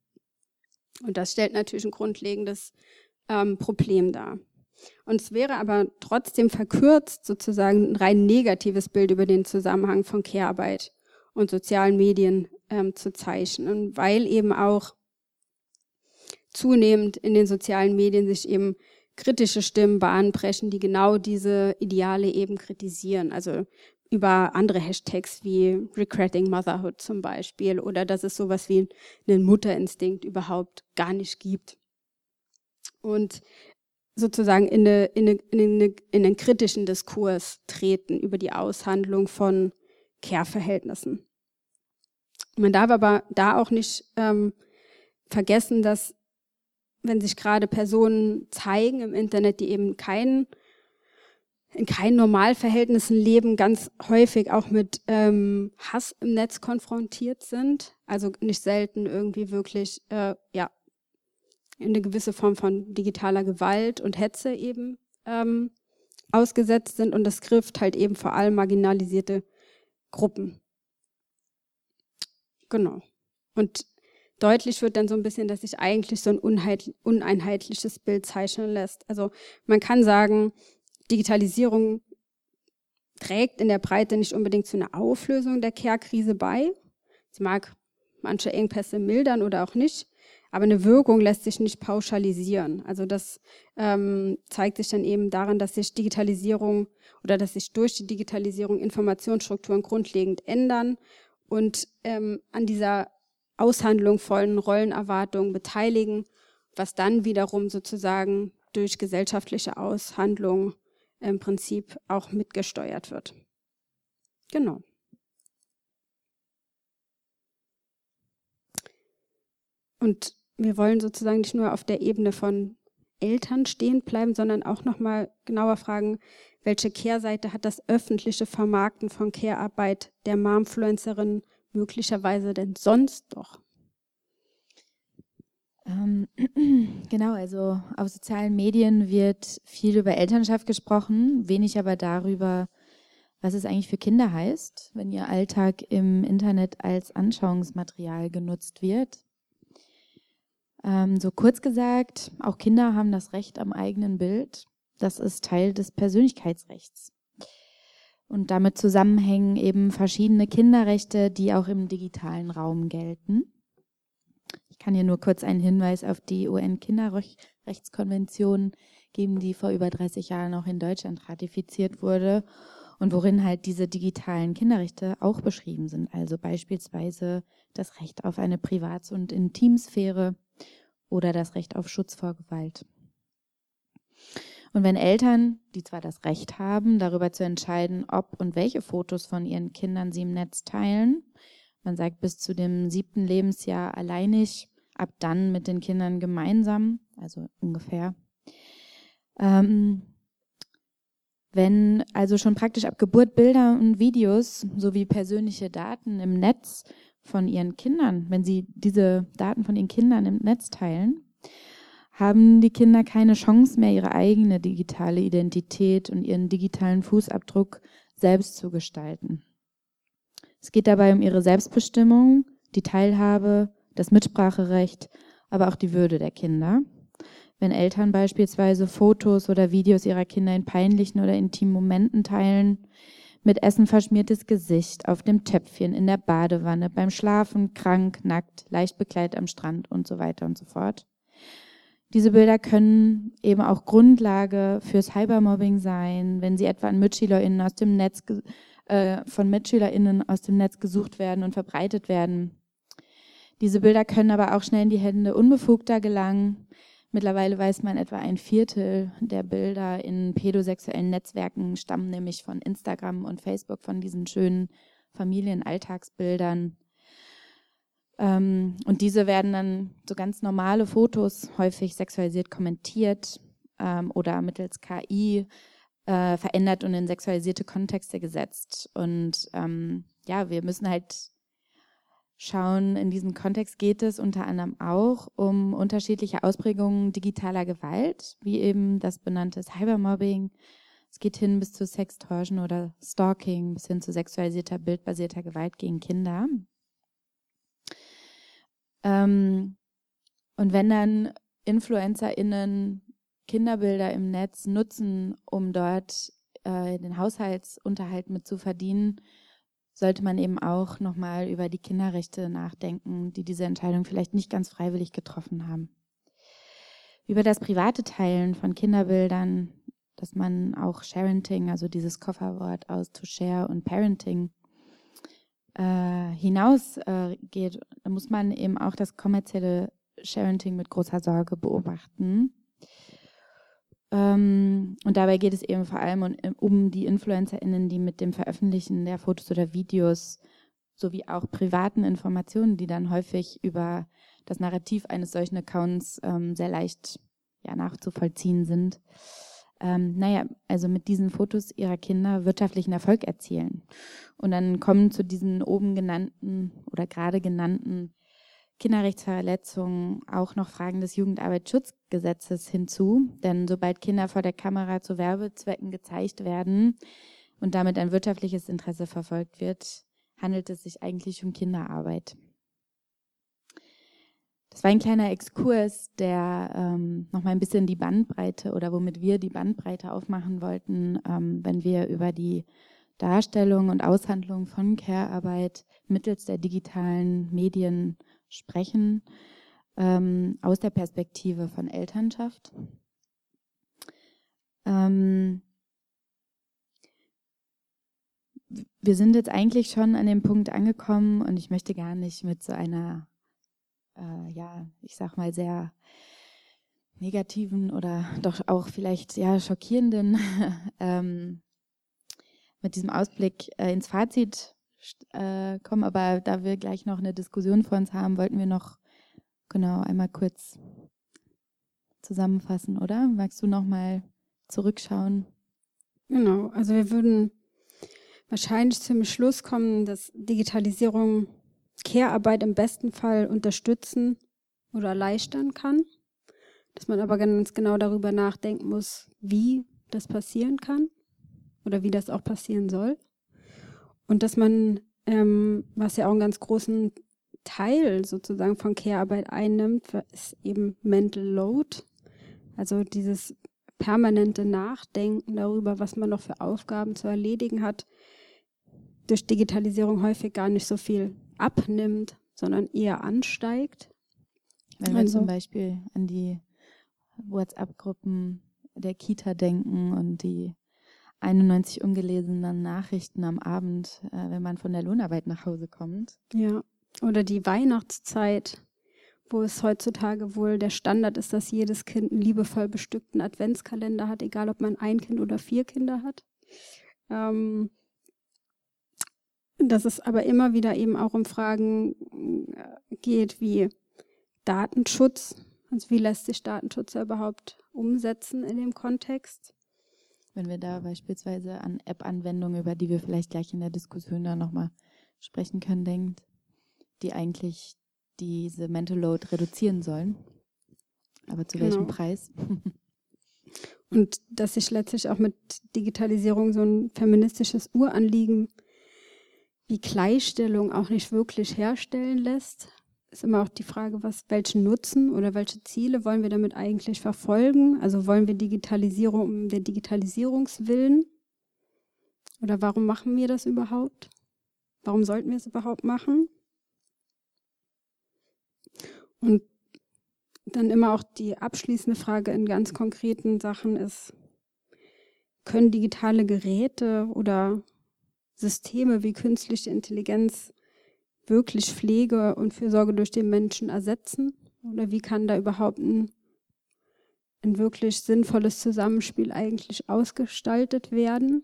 Und das stellt natürlich ein grundlegendes Problem dar. Und es wäre aber trotzdem verkürzt sozusagen ein rein negatives Bild über den Zusammenhang von Care-Arbeit und sozialen Medien zu zeichnen, weil eben auch zunehmend in den sozialen Medien sich eben kritische Stimmen Bahn brechen, die genau diese Ideale eben kritisieren. Also über andere Hashtags wie Regretting Motherhood zum Beispiel oder dass es sowas wie einen Mutterinstinkt überhaupt gar nicht gibt. Und sozusagen in einen kritischen Diskurs treten über die Aushandlung von Care-Verhältnissen. Man darf aber da auch nicht vergessen, dass wenn sich gerade Personen zeigen im Internet, die eben in keinen Normalverhältnissen leben, ganz häufig auch mit Hass im Netz konfrontiert sind. Also nicht selten irgendwie wirklich eine gewisse Form von digitaler Gewalt und Hetze eben ausgesetzt sind. Und das trifft halt eben vor allem marginalisierte Gruppen. Genau. Und deutlich wird dann so ein bisschen, dass sich eigentlich so ein uneinheitliches Bild zeichnen lässt. Also man kann sagen, Digitalisierung trägt in der Breite nicht unbedingt zu einer Auflösung der Care-Krise bei. Sie mag manche Engpässe mildern oder auch nicht, aber eine Wirkung lässt sich nicht pauschalisieren. Also das zeigt sich dann eben daran, dass sich Digitalisierung oder dass sich durch die Digitalisierung Informationsstrukturen grundlegend ändern und an dieser Aushandlung von Rollenerwartungen beteiligen, was dann wiederum sozusagen durch gesellschaftliche Aushandlung im Prinzip auch mitgesteuert wird. Genau. Und wir wollen sozusagen nicht nur auf der Ebene von Eltern stehen bleiben, sondern auch nochmal genauer fragen, welche Kehrseite hat das öffentliche Vermarkten von Care-Arbeit der Momfluencerin möglicherweise denn sonst doch? Genau, also auf sozialen Medien wird viel über Elternschaft gesprochen, wenig aber darüber, was es eigentlich für Kinder heißt, wenn ihr Alltag im Internet als Anschauungsmaterial genutzt wird. So kurz gesagt, auch Kinder haben das Recht am eigenen Bild. Das ist Teil des Persönlichkeitsrechts. Und damit zusammenhängen eben verschiedene Kinderrechte, die auch im digitalen Raum gelten. Ich kann hier nur kurz einen Hinweis auf die UN-Kinderrechtskonvention geben, die vor über 30 Jahren auch in Deutschland ratifiziert wurde und worin halt diese digitalen Kinderrechte auch beschrieben sind. Also beispielsweise das Recht auf eine Privats- und Intimsphäre oder das Recht auf Schutz vor Gewalt. Und wenn Eltern, die zwar das Recht haben, darüber zu entscheiden, ob und welche Fotos von ihren Kindern sie im Netz teilen, man sagt bis zu dem 7. Lebensjahr alleinig, ab dann mit den Kindern gemeinsam, also ungefähr. Wenn also schon praktisch ab Geburt Bilder und Videos sowie persönliche Daten im Netz von ihren Kindern, wenn sie diese Daten von ihren Kindern im Netz teilen, haben die Kinder keine Chance mehr, ihre eigene digitale Identität und ihren digitalen Fußabdruck selbst zu gestalten. Es geht dabei um ihre Selbstbestimmung, die Teilhabe, das Mitspracherecht, aber auch die Würde der Kinder. Wenn Eltern beispielsweise Fotos oder Videos ihrer Kinder in peinlichen oder intimen Momenten teilen, mit Essen verschmiertes Gesicht, auf dem Töpfchen, in der Badewanne, beim Schlafen, krank, nackt, leicht bekleidet am Strand und so weiter und so fort. Diese Bilder können eben auch Grundlage für Cybermobbing sein, wenn sie etwa an MitschülerInnen aus dem Netz, von MitschülerInnen aus dem Netz gesucht werden und verbreitet werden. Diese Bilder können aber auch schnell in die Hände Unbefugter gelangen. Mittlerweile weiß man, etwa 1/4 der Bilder in pädosexuellen Netzwerken stammen nämlich von Instagram und Facebook, von diesen schönen Familienalltagsbildern. Und diese werden dann so ganz normale Fotos, häufig sexualisiert kommentiert oder mittels KI verändert und in sexualisierte Kontexte gesetzt. Und ja, wir müssen halt schauen, in diesem Kontext geht es unter anderem auch um unterschiedliche Ausprägungen digitaler Gewalt, wie eben das benannte Cybermobbing. Es geht hin bis zu Sextortion oder Stalking, bis hin zu sexualisierter, bildbasierter Gewalt gegen Kinder. Und wenn dann InfluencerInnen Kinderbilder im Netz nutzen, um dort den Haushaltsunterhalt mit zu verdienen, sollte man eben auch nochmal über die Kinderrechte nachdenken, die diese Entscheidung vielleicht nicht ganz freiwillig getroffen haben. Über das private Teilen von Kinderbildern, dass man auch Sharenting, also dieses Kofferwort aus To Share und Parenting, hinausgeht, da muss man eben auch das kommerzielle Sharenting mit großer Sorge beobachten. Und dabei geht es eben vor allem um die InfluencerInnen, die mit dem Veröffentlichen der Fotos oder Videos sowie auch privaten Informationen, die dann häufig über das Narrativ eines solchen Accounts sehr leicht nachzuvollziehen sind, also mit diesen Fotos ihrer Kinder wirtschaftlichen Erfolg erzielen. Und dann kommen zu diesen oben genannten oder gerade genannten Kinderrechtsverletzungen auch noch Fragen des Jugendarbeitsschutzgesetzes hinzu. Denn sobald Kinder vor der Kamera zu Werbezwecken gezeigt werden und damit ein wirtschaftliches Interesse verfolgt wird, handelt es sich eigentlich um Kinderarbeit. Das war ein kleiner Exkurs, der nochmal ein bisschen die Bandbreite oder womit wir die Bandbreite aufmachen wollten, wenn wir über die Darstellung und Aushandlung von Care-Arbeit mittels der digitalen Medien sprechen, aus der Perspektive von Elternschaft. Wir sind jetzt eigentlich schon an dem Punkt angekommen und ich möchte gar nicht mit so einer ich sag mal sehr negativen oder doch auch vielleicht schockierenden mit diesem Ausblick ins Fazit kommen, aber da wir gleich noch eine Diskussion vor uns haben, wollten wir noch einmal kurz zusammenfassen, oder? Magst du noch mal zurückschauen? Genau, also wir würden wahrscheinlich zum Schluss kommen, dass Digitalisierung Care-Arbeit im besten Fall unterstützen oder erleichtern kann. dass man aber ganz genau darüber nachdenken muss, wie das passieren kann oder wie das auch passieren soll. Und dass man, was ja auch einen ganz großen Teil sozusagen von Care-Arbeit einnimmt, ist eben Mental Load. Also dieses permanente Nachdenken darüber, was man noch für Aufgaben zu erledigen hat, durch Digitalisierung häufig gar nicht so viel abnimmt, sondern eher ansteigt. Wenn wir zum Beispiel an die WhatsApp-Gruppen der Kita denken und die 91 ungelesenen Nachrichten am Abend, wenn man von der Lohnarbeit nach Hause kommt. Ja, oder die Weihnachtszeit, wo es heutzutage wohl der Standard ist, dass jedes Kind einen liebevoll bestückten Adventskalender hat, egal ob man ein Kind oder 4 Kinder hat. Dass es aber immer wieder eben auch um Fragen geht wie Datenschutz, also wie lässt sich Datenschutz überhaupt umsetzen in dem Kontext. Wenn wir da beispielsweise an App-Anwendungen, über die wir vielleicht gleich in der Diskussion dann nochmal sprechen können, denkt, die eigentlich diese Mental Load reduzieren sollen. Aber zu welchem Preis? Und dass sich letztlich auch mit Digitalisierung so ein feministisches Uranliegen wie Gleichstellung auch nicht wirklich herstellen lässt. Ist immer auch die Frage, welchen Nutzen oder welche Ziele wollen wir damit eigentlich verfolgen? Also wollen wir Digitalisierung um der Digitalisierungswillen? Oder warum machen wir das überhaupt? Warum sollten wir es überhaupt machen? Und dann immer auch die abschließende Frage in ganz konkreten Sachen ist, können digitale Geräte oder Systeme wie künstliche Intelligenz wirklich Pflege und Fürsorge durch den Menschen ersetzen? Oder wie kann da überhaupt ein wirklich sinnvolles Zusammenspiel eigentlich ausgestaltet werden?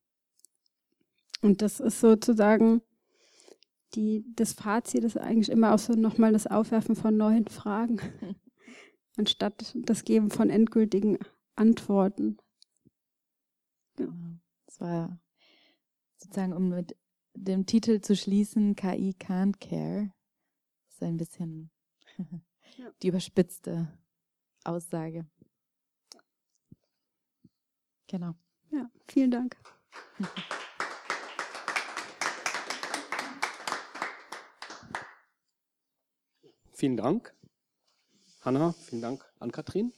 Und das ist sozusagen das Fazit ist eigentlich immer auch so nochmal das Aufwerfen von neuen Fragen, anstatt das Geben von endgültigen Antworten. Ja. Das war sozusagen, um mit dem Titel zu schließen, KI can't care. Das ist ein bisschen die überspitzte Aussage. Genau. Ja, vielen Dank. Vielen Dank, Hanna. Vielen Dank, Ann-Kathrin.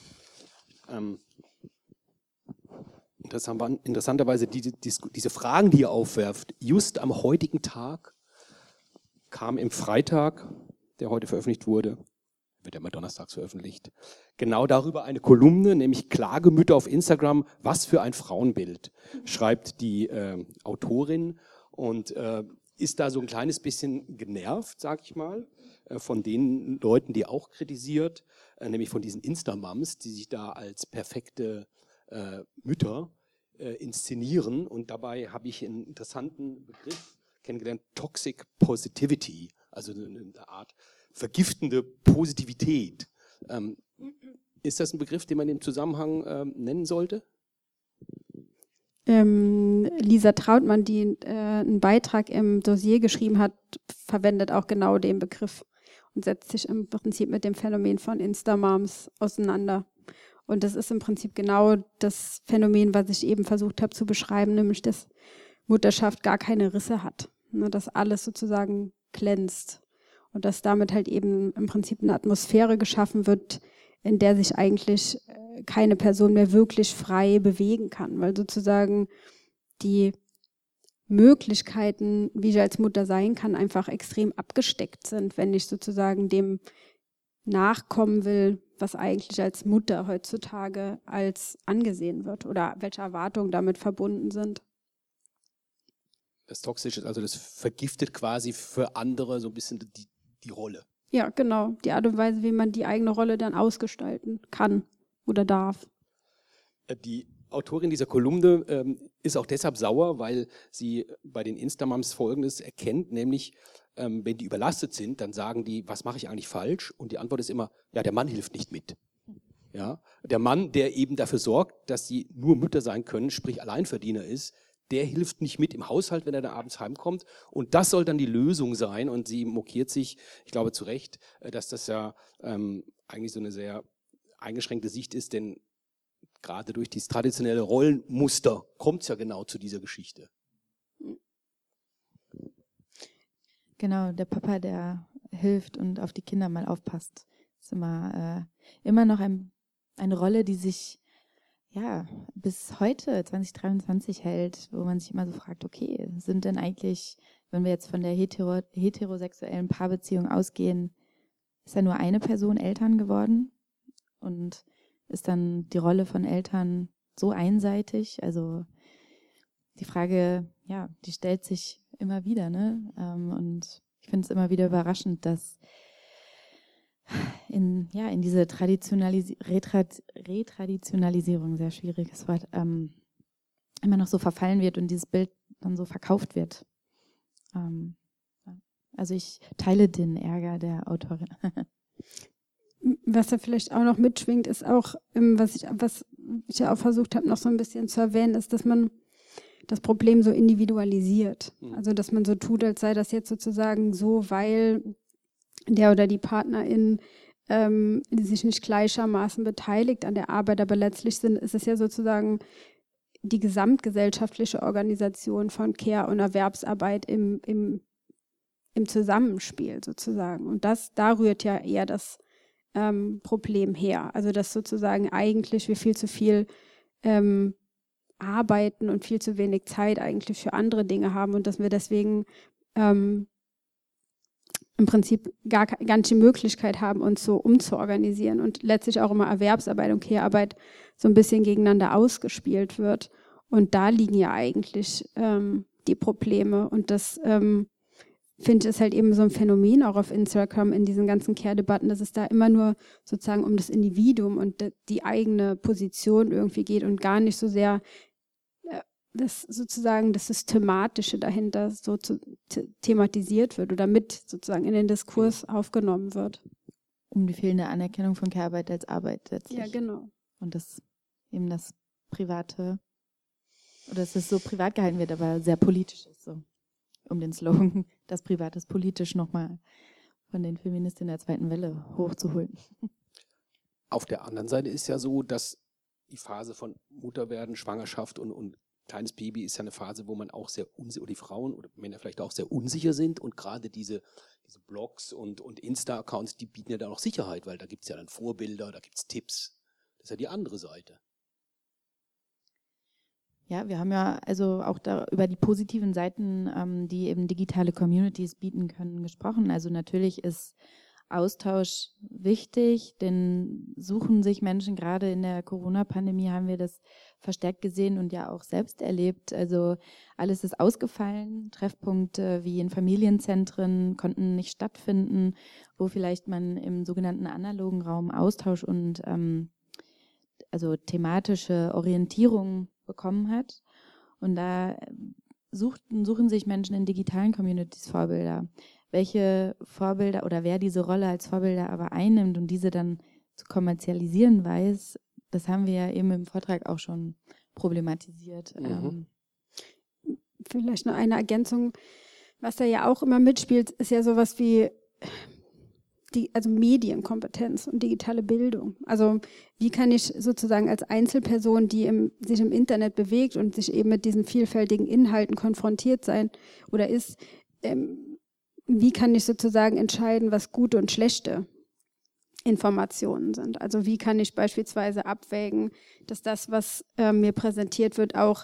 Interessanterweise diese Fragen, die ihr aufwerft, just am heutigen Tag kam im Freitag, der heute veröffentlicht wurde, wird ja immer donnerstags veröffentlicht, genau darüber eine Kolumne, nämlich Klagemütter auf Instagram, was für ein Frauenbild, schreibt die Autorin und ist da so ein kleines bisschen genervt, sag ich mal, von den Leuten, die auch kritisiert, nämlich von diesen Insta-Mums, die sich da als perfekte Mütter inszenieren. Und dabei habe ich einen interessanten Begriff kennengelernt, Toxic Positivity, also eine Art vergiftende Positivität. Ist das ein Begriff, den man im Zusammenhang nennen sollte? Lisa Trautmann, die einen Beitrag im Dossier geschrieben hat, verwendet auch genau den Begriff und setzt sich im Prinzip mit dem Phänomen von Insta-Moms auseinander. Und das ist im Prinzip genau das Phänomen, was ich eben versucht habe zu beschreiben, nämlich dass Mutterschaft gar keine Risse hat, ne, dass alles sozusagen glänzt und dass damit halt eben im Prinzip eine Atmosphäre geschaffen wird, in der sich eigentlich keine Person mehr wirklich frei bewegen kann, weil sozusagen die Möglichkeiten, wie ich als Mutter sein kann, einfach extrem abgesteckt sind, wenn ich sozusagen dem nachkommen will, was eigentlich als Mutter heutzutage als angesehen wird oder welche Erwartungen damit verbunden sind. Das Toxische, also das vergiftet quasi für andere so ein bisschen die Rolle. Ja, genau. Die Art und Weise, wie man die eigene Rolle dann ausgestalten kann oder darf. Die Autorin dieser Kolumne ist auch deshalb sauer, weil sie bei den Instamoms Folgendes erkennt, nämlich wenn die überlastet sind, dann sagen die, was mache ich eigentlich falsch? Und die Antwort ist immer, ja, der Mann hilft nicht mit. Ja, der Mann, der eben dafür sorgt, dass sie nur Mütter sein können, sprich Alleinverdiener ist, der hilft nicht mit im Haushalt, wenn er da abends heimkommt. Und das soll dann die Lösung sein. Und sie mokiert sich, ich glaube zu Recht, dass das ja eigentlich so eine sehr eingeschränkte Sicht ist, denn gerade durch dieses traditionelle Rollenmuster kommt es ja genau zu dieser Geschichte. Genau, der Papa, der hilft und auf die Kinder mal aufpasst, ist immer noch eine Rolle, die sich bis heute 2023 hält, wo man sich immer so fragt, okay, sind denn eigentlich, wenn wir jetzt von der heterosexuellen Paarbeziehung ausgehen, ist ja nur eine Person Eltern geworden und ist dann die Rolle von Eltern so einseitig? Also die Frage, die stellt sich immer wieder, ne? Und ich finde es immer wieder überraschend, dass in diese Retraditionalisierung, sehr schwieriges Wort, immer noch so verfallen wird und dieses Bild dann so verkauft wird. Also ich teile den Ärger der Autorin. Was da vielleicht auch noch mitschwingt, ist auch, was ich ja auch versucht habe, noch so ein bisschen zu erwähnen, ist, dass man das Problem so individualisiert. Also dass man so tut, als sei das jetzt sozusagen so, weil der oder die Partnerin sich nicht gleichermaßen beteiligt an der Arbeit, aber letztlich ist es ja sozusagen die gesamtgesellschaftliche Organisation von Care- und Erwerbsarbeit im Zusammenspiel sozusagen. Und da rührt ja eher das Problem her. Also dass sozusagen eigentlich wir viel zu viel arbeiten und viel zu wenig Zeit eigentlich für andere Dinge haben und dass wir deswegen im Prinzip gar nicht die Möglichkeit haben, uns so umzuorganisieren und letztlich auch immer Erwerbsarbeit und Care-Arbeit so ein bisschen gegeneinander ausgespielt wird. Und da liegen ja eigentlich die Probleme. Und das finde ich ist halt eben so ein Phänomen auch auf Instagram in diesen ganzen Care-Debatten, dass es da immer nur sozusagen um das Individuum und die eigene Position irgendwie geht und gar nicht so sehr das sozusagen das Systematische dahinter so thematisiert wird oder mit sozusagen in den Diskurs aufgenommen wird. Um die fehlende Anerkennung von Care-Arbeit als Arbeit letztlich. Ja, genau. Und das eben das Private, oder dass es so privat gehalten wird, aber sehr politisch ist, so um den Slogan, das Private ist politisch, nochmal von den Feministinnen der zweiten Welle hochzuholen. Auf der anderen Seite ist ja so, dass die Phase von Mutterwerden, Schwangerschaft und kleines Baby ist ja eine Phase, wo man auch sehr unsicher, oder die Frauen oder Männer vielleicht auch sehr unsicher sind und gerade diese Blogs und Insta-Accounts, die bieten ja da noch Sicherheit, weil da gibt es ja dann Vorbilder, da gibt es Tipps. Das ist ja die andere Seite. Ja, wir haben ja also auch da über die positiven Seiten, die eben digitale Communities bieten können, gesprochen. Also natürlich ist Austausch wichtig, denn suchen sich Menschen, gerade in der Corona-Pandemie haben wir das verstärkt gesehen und ja auch selbst erlebt. Also alles ist ausgefallen, Treffpunkte wie in Familienzentren konnten nicht stattfinden, wo vielleicht man im sogenannten analogen Raum Austausch und also thematische Orientierung bekommen hat. Und da suchen sich Menschen in digitalen Communities Vorbilder. Welche Vorbilder oder wer diese Rolle als Vorbilder aber einnimmt und diese dann zu kommerzialisieren weiß, das haben wir ja eben im Vortrag auch schon problematisiert. Vielleicht noch eine Ergänzung, was da ja auch immer mitspielt, ist ja sowas wie also Medienkompetenz und digitale Bildung. Also wie kann ich sozusagen als Einzelperson, die sich im Internet bewegt und sich eben mit diesen vielfältigen Inhalten konfrontiert sein oder ist, wie kann ich sozusagen entscheiden, was gute und schlechte Informationen sind? Also wie kann ich beispielsweise abwägen, dass das, was mir präsentiert wird, auch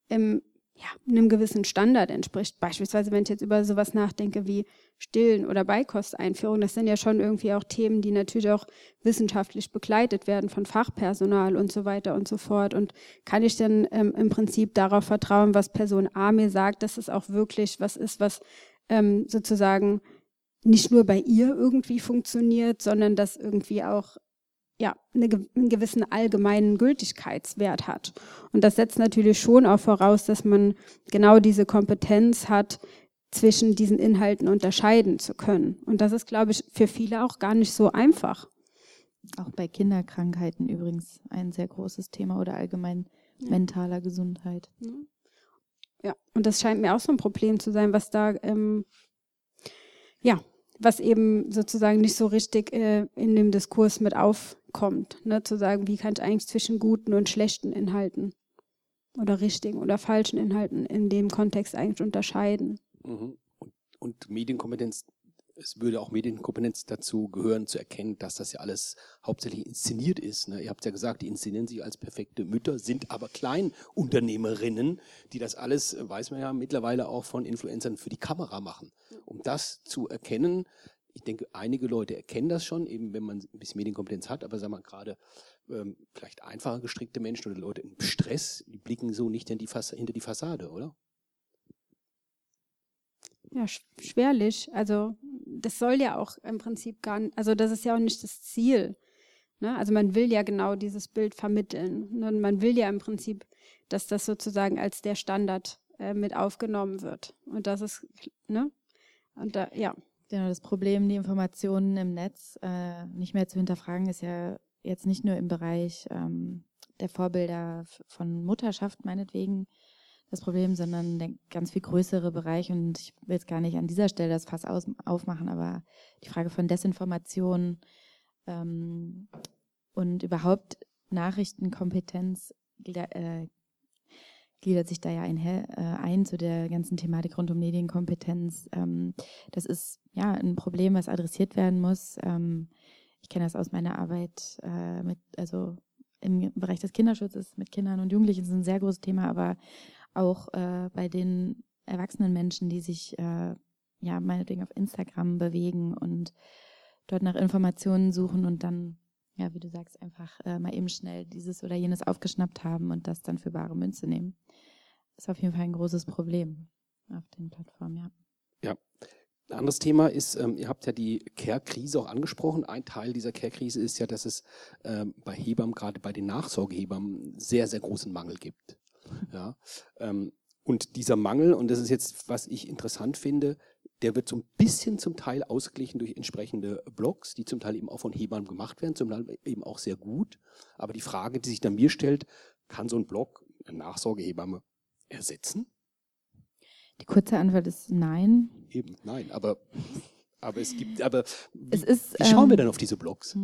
einem gewissen Standard entspricht. Beispielsweise, wenn ich jetzt über sowas nachdenke wie Stillen oder Beikosteinführung, das sind ja schon irgendwie auch Themen, die natürlich auch wissenschaftlich begleitet werden von Fachpersonal und so weiter und so fort. Und kann ich dann im Prinzip darauf vertrauen, was Person A mir sagt, dass es auch wirklich was ist, was sozusagen nicht nur bei ihr irgendwie funktioniert, sondern das irgendwie auch einen gewissen allgemeinen Gültigkeitswert hat. Und das setzt natürlich schon auch voraus, dass man genau diese Kompetenz hat, zwischen diesen Inhalten unterscheiden zu können. Und das ist, glaube ich, für viele auch gar nicht so einfach. Auch bei Kinderkrankheiten übrigens ein sehr großes Thema oder allgemein mentaler Gesundheit. Ja, und das scheint mir auch so ein Problem zu sein, was da was eben sozusagen nicht so richtig in dem Diskurs mit aufkommt. Ne? Zu sagen, wie kann ich eigentlich zwischen guten und schlechten Inhalten oder richtigen oder falschen Inhalten in dem Kontext eigentlich unterscheiden. Mhm. Und Medienkompetenz, es würde auch Medienkompetenz dazu gehören, zu erkennen, dass das ja alles hauptsächlich inszeniert ist. Ne? Ihr habt ja gesagt, die inszenieren sich als perfekte Mütter, sind aber Kleinunternehmerinnen, die das alles, weiß man ja, mittlerweile auch von Influencern für die Kamera machen. Um das zu erkennen, ich denke, einige Leute erkennen das schon, eben wenn man ein bisschen Medienkompetenz hat, aber sagen wir gerade vielleicht einfacher gestrickte Menschen oder Leute im Stress, die blicken so nicht hinter die Fassade, oder? Ja, schwerlich. Also das soll ja auch im Prinzip gar nicht, also das ist ja auch nicht das Ziel. Ne? Also man will ja genau dieses Bild vermitteln. Ne? Und man will ja im Prinzip, dass das sozusagen als der Standard mit aufgenommen wird. Und das ist, ne? Und da, ja. Genau, das Problem, die Informationen im Netz nicht mehr zu hinterfragen, ist ja jetzt nicht nur im Bereich der Vorbilder von Mutterschaft meinetwegen das Problem, sondern der ganz viel größere Bereich. Und ich will jetzt gar nicht an dieser Stelle das Fass aufmachen, aber die Frage von Desinformation und überhaupt Nachrichtenkompetenz gliedert sich da ja ein zu der ganzen Thematik rund um Medienkompetenz. Das ist ja ein Problem, was adressiert werden muss. Ich kenne das aus meiner Arbeit also im Bereich des Kinderschutzes mit Kindern und Jugendlichen ist ein sehr großes Thema, aber auch bei den erwachsenen Menschen, die sich ja meinetwegen auf Instagram bewegen und dort nach Informationen suchen und dann, ja, wie du sagst, einfach mal eben schnell dieses oder jenes aufgeschnappt haben und das dann für bare Münze nehmen. Das ist auf jeden Fall ein großes Problem auf den Plattformen, ja. Ja. Ein anderes Thema ist, ihr habt ja die Care-Krise auch angesprochen. Ein Teil dieser Care-Krise ist ja, dass es bei Hebammen, gerade bei den Nachsorgehebammen, sehr, sehr großen Mangel gibt. Ja, und dieser Mangel, und das ist jetzt, was ich interessant finde, der wird so ein bisschen zum Teil ausgeglichen durch entsprechende Blogs, die zum Teil eben auch von Hebammen gemacht werden, zum Teil eben auch sehr gut. Aber die Frage, die sich dann mir stellt, kann so ein Blog eine Nachsorgehebamme ersetzen? Die kurze Antwort ist nein. Eben, nein, aber wie schauen wir denn auf diese Blogs?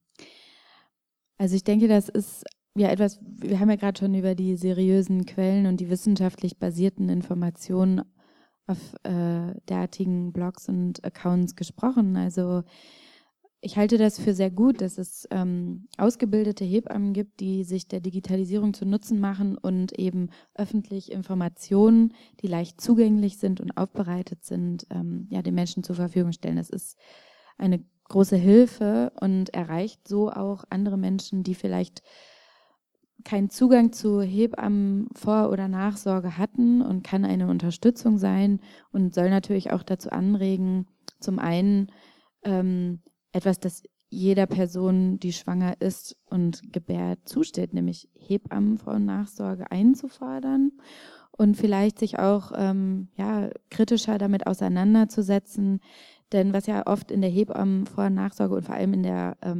Also ich denke, das ist ja etwas, wir haben ja gerade schon über die seriösen Quellen und die wissenschaftlich basierten Informationen auf derartigen Blogs und Accounts gesprochen. Also ich halte das für sehr gut, dass es ausgebildete Hebammen gibt, die sich der Digitalisierung zu Nutzen machen und eben öffentlich Informationen, die leicht zugänglich sind und aufbereitet sind, ja, den Menschen zur Verfügung stellen. Das ist eine große Hilfe und erreicht so auch andere Menschen, die vielleicht keinen Zugang zu Hebammen-Vor- oder Nachsorge hatten und kann eine Unterstützung sein und soll natürlich auch dazu anregen, zum einen etwas, das jeder Person, die schwanger ist und gebärt, zusteht, nämlich Hebammen-Vor- und Nachsorge einzufordern und vielleicht sich auch ja, kritischer damit auseinanderzusetzen, denn was ja oft in der Hebammen-Vor- und Nachsorge und vor allem in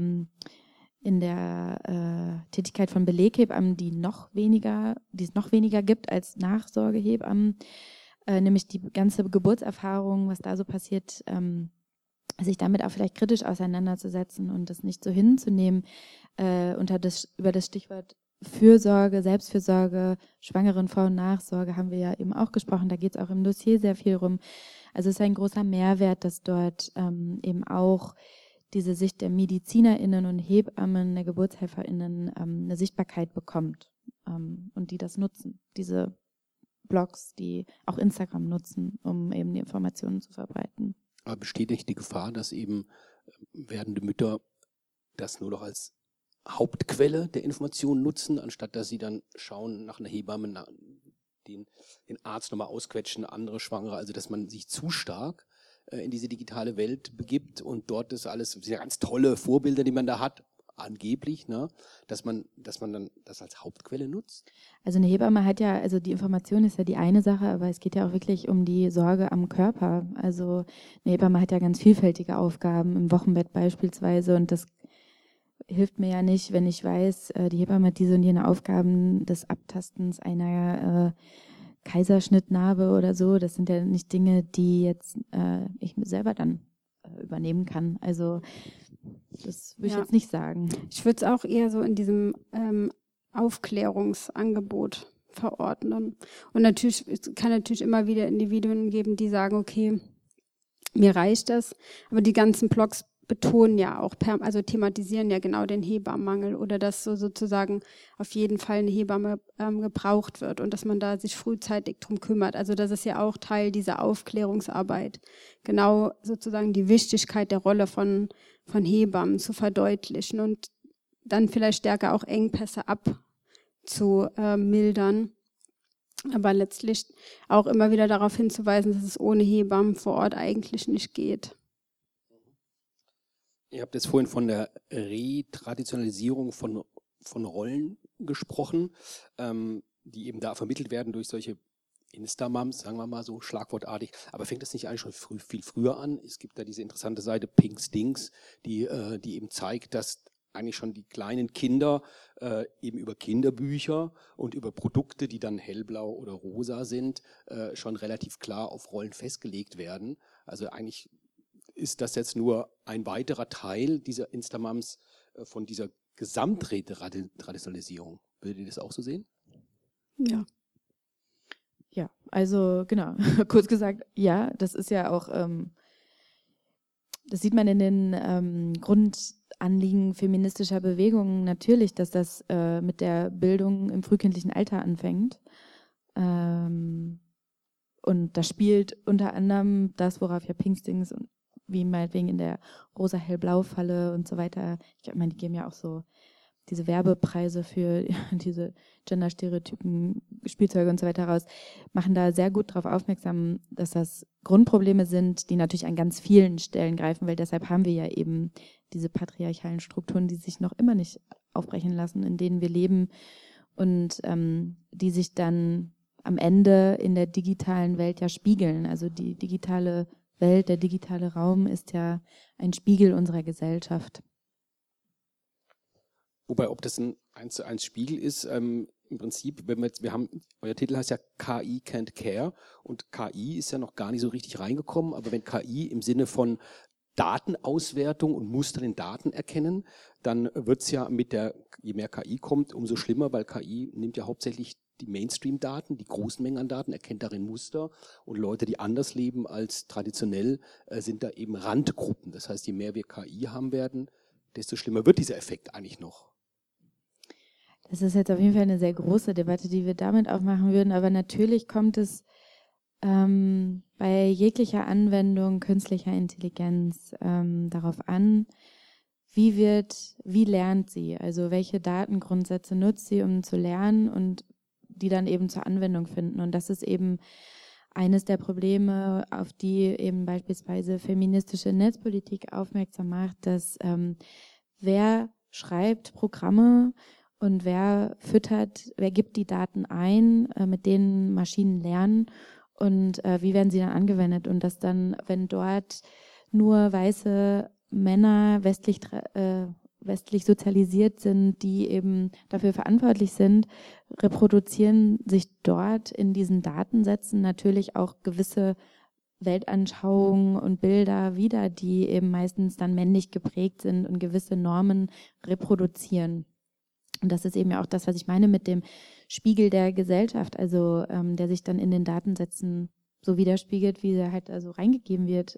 der Tätigkeit von Beleghebammen, die es noch weniger gibt als Nachsorgehebammen, nämlich die ganze Geburtserfahrung, was da so passiert, sich damit auch vielleicht kritisch auseinanderzusetzen und das nicht so hinzunehmen, über das Stichwort Fürsorge, Selbstfürsorge, Schwangeren Vor- und Nachsorge haben wir ja eben auch gesprochen, da geht es auch im Dossier sehr viel rum. Also es ist ein großer Mehrwert, dass dort eben auch diese Sicht der MedizinerInnen und Hebammen, der GeburtshelferInnen eine Sichtbarkeit bekommt und die das nutzen, diese Blogs, die auch Instagram nutzen, um eben die Informationen zu verbreiten. Aber besteht nicht die Gefahr, dass eben werdende Mütter das nur noch als Hauptquelle der Informationen nutzen, anstatt dass sie dann schauen nach einer Hebamme, den Arzt nochmal ausquetschen, andere Schwangere, also dass man sich zu stark in diese digitale Welt begibt und dort ist alles sehr ganz tolle Vorbilder, die man da hat, angeblich, ne, dass man dann das als Hauptquelle nutzt? Also eine Hebamme hat ja, also die Information ist ja die eine Sache, aber es geht ja auch wirklich um die Sorge am Körper. Also eine Hebamme hat ja ganz vielfältige Aufgaben im Wochenbett beispielsweise und das hilft mir ja nicht, wenn ich weiß, die Hebamme hat diese und jene Aufgaben des Abtastens einer Kaiserschnittnarbe oder so. Das sind ja nicht Dinge, die jetzt ich selber dann übernehmen kann. Also das würde ich Ja. jetzt nicht sagen. Ich würde es auch eher so in diesem Aufklärungsangebot verordnen. Und natürlich, es kann natürlich immer wieder Individuen geben, die sagen, okay, mir reicht das. Aber die ganzen Blogs betonen ja auch, also thematisieren ja genau den Hebammenmangel oder dass so sozusagen auf jeden Fall eine Hebamme gebraucht wird und dass man da sich frühzeitig drum kümmert. Also das ist ja auch Teil dieser Aufklärungsarbeit. Genau sozusagen die Wichtigkeit der Rolle von Hebammen zu verdeutlichen und dann vielleicht stärker auch Engpässe abzumildern. Aber letztlich auch immer wieder darauf hinzuweisen, dass es ohne Hebammen vor Ort eigentlich nicht geht. Ihr habt jetzt vorhin von der Retraditionalisierung von Rollen gesprochen, die eben da vermittelt werden durch solche Insta-Mums, sagen wir mal so schlagwortartig. Aber fängt das nicht eigentlich schon viel früher an? Es gibt da diese interessante Seite Pink Stinks, die eben zeigt, dass eigentlich schon die kleinen Kinder eben über Kinderbücher und über Produkte, die dann hellblau oder rosa sind, schon relativ klar auf Rollen festgelegt werden. Also eigentlich ist das jetzt nur ein weiterer Teil dieser Instamams von dieser Gesamtradikalisierung. Würdet ihr das auch so sehen? Ja. Ja, also genau, kurz gesagt, ja, das ist ja auch, das sieht man in den Grundanliegen feministischer Bewegungen natürlich, dass das mit der Bildung im frühkindlichen Alter anfängt. Und da spielt unter anderem das, worauf ja Pink Stinks und wie meinetwegen in der rosa-hellblau-Falle und so weiter, ich meine, die geben ja auch so diese Werbepreise für diese Gender-Stereotypen, Spielzeuge und so weiter raus, machen da sehr gut darauf aufmerksam, dass das Grundprobleme sind, die natürlich an ganz vielen Stellen greifen, weil deshalb haben wir ja eben diese patriarchalen Strukturen, die sich noch immer nicht aufbrechen lassen, in denen wir leben und die sich dann am Ende in der digitalen Welt ja spiegeln. Also die digitale Welt, der digitale Raum ist ja ein Spiegel unserer Gesellschaft. Wobei, ob das ein 1:1 Spiegel ist, im Prinzip, wenn wir haben, euer Titel heißt ja KI can't care und KI ist ja noch gar nicht so richtig reingekommen, aber wenn KI im Sinne von Datenauswertung und Muster in Daten erkennen, dann wird es ja je mehr KI kommt, umso schlimmer, weil KI nimmt ja hauptsächlich die Mainstream-Daten, die großen Mengen an Daten, erkennt darin Muster und Leute, die anders leben als traditionell, sind da eben Randgruppen. Das heißt, je mehr wir KI haben werden, desto schlimmer wird dieser Effekt eigentlich noch. Das ist jetzt auf jeden Fall eine sehr große Debatte, die wir damit aufmachen würden, aber natürlich kommt es bei jeglicher Anwendung künstlicher Intelligenz darauf an, wie lernt sie, also welche Datengrundsätze nutzt sie, um zu lernen und die dann eben zur Anwendung finden. Und das ist eben eines der Probleme, auf die eben beispielsweise feministische Netzpolitik aufmerksam macht, dass wer schreibt Programme und wer gibt die Daten ein, mit denen Maschinen lernen und wie werden sie dann angewendet. Und dass dann, wenn dort nur weiße Männer westlich sozialisiert sind, die eben dafür verantwortlich sind, reproduzieren sich dort in diesen Datensätzen natürlich auch gewisse Weltanschauungen und Bilder wieder, die eben meistens dann männlich geprägt sind und gewisse Normen reproduzieren. Und das ist eben ja auch das, was ich meine mit dem Spiegel der Gesellschaft, also der sich dann in den Datensätzen so widerspiegelt, wie er halt also reingegeben wird.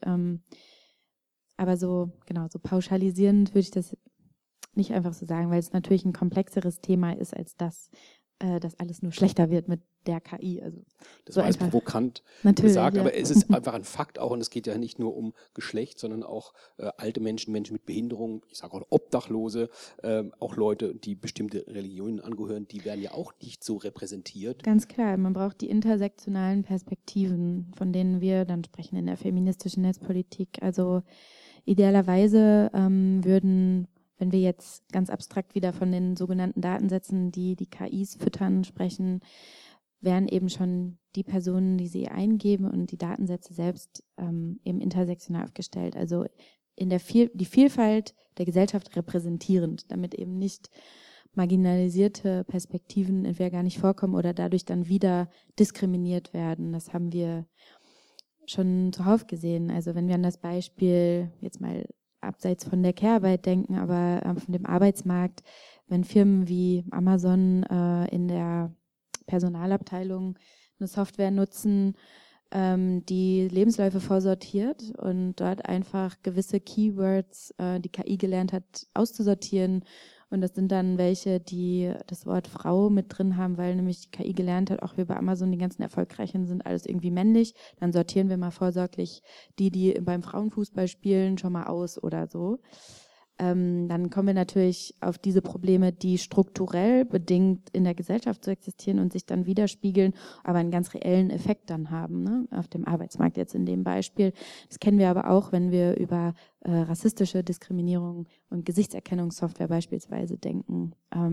Aber so pauschalisierend würde ich das nicht einfach so sagen, weil es natürlich ein komplexeres Thema ist als das, dass alles nur schlechter wird mit der KI. Also das so war jetzt einfach provokant natürlich, gesagt, ja. aber es ist einfach ein Fakt auch und es geht ja nicht nur um Geschlecht, sondern auch alte Menschen, Menschen mit Behinderung, ich sage auch Obdachlose, auch Leute, die bestimmte Religionen angehören, die werden ja auch nicht so repräsentiert. Ganz klar, man braucht die intersektionalen Perspektiven, von denen wir dann sprechen in der feministischen Netzpolitik. Also idealerweise würden, wenn wir jetzt ganz abstrakt wieder von den sogenannten Datensätzen, die die KIs füttern, sprechen, wären eben schon die Personen, die sie eingeben und die Datensätze selbst eben intersektional aufgestellt. Also die Vielfalt der Gesellschaft repräsentierend, damit eben nicht marginalisierte Perspektiven entweder gar nicht vorkommen oder dadurch dann wieder diskriminiert werden. Das haben wir schon zuhauf gesehen. Also wenn wir an das Beispiel jetzt mal abseits von der Care-Arbeit denken, aber von dem Arbeitsmarkt, wenn Firmen wie Amazon in der Personalabteilung eine Software nutzen, die Lebensläufe vorsortiert und dort einfach gewisse Keywords, die KI gelernt hat, auszusortieren. Und das sind dann welche, die das Wort Frau mit drin haben, weil nämlich die KI gelernt hat, auch wir bei Amazon, die ganzen Erfolgreichen sind alles irgendwie männlich. Dann sortieren wir mal vorsorglich die beim Frauenfußball spielen, schon mal aus oder so. Dann kommen wir natürlich auf diese Probleme, die strukturell bedingt in der Gesellschaft so existieren und sich dann widerspiegeln, aber einen ganz reellen Effekt dann haben, ne? Auf dem Arbeitsmarkt jetzt in dem Beispiel. Das kennen wir aber auch, wenn wir über rassistische Diskriminierung und Gesichtserkennungssoftware beispielsweise denken.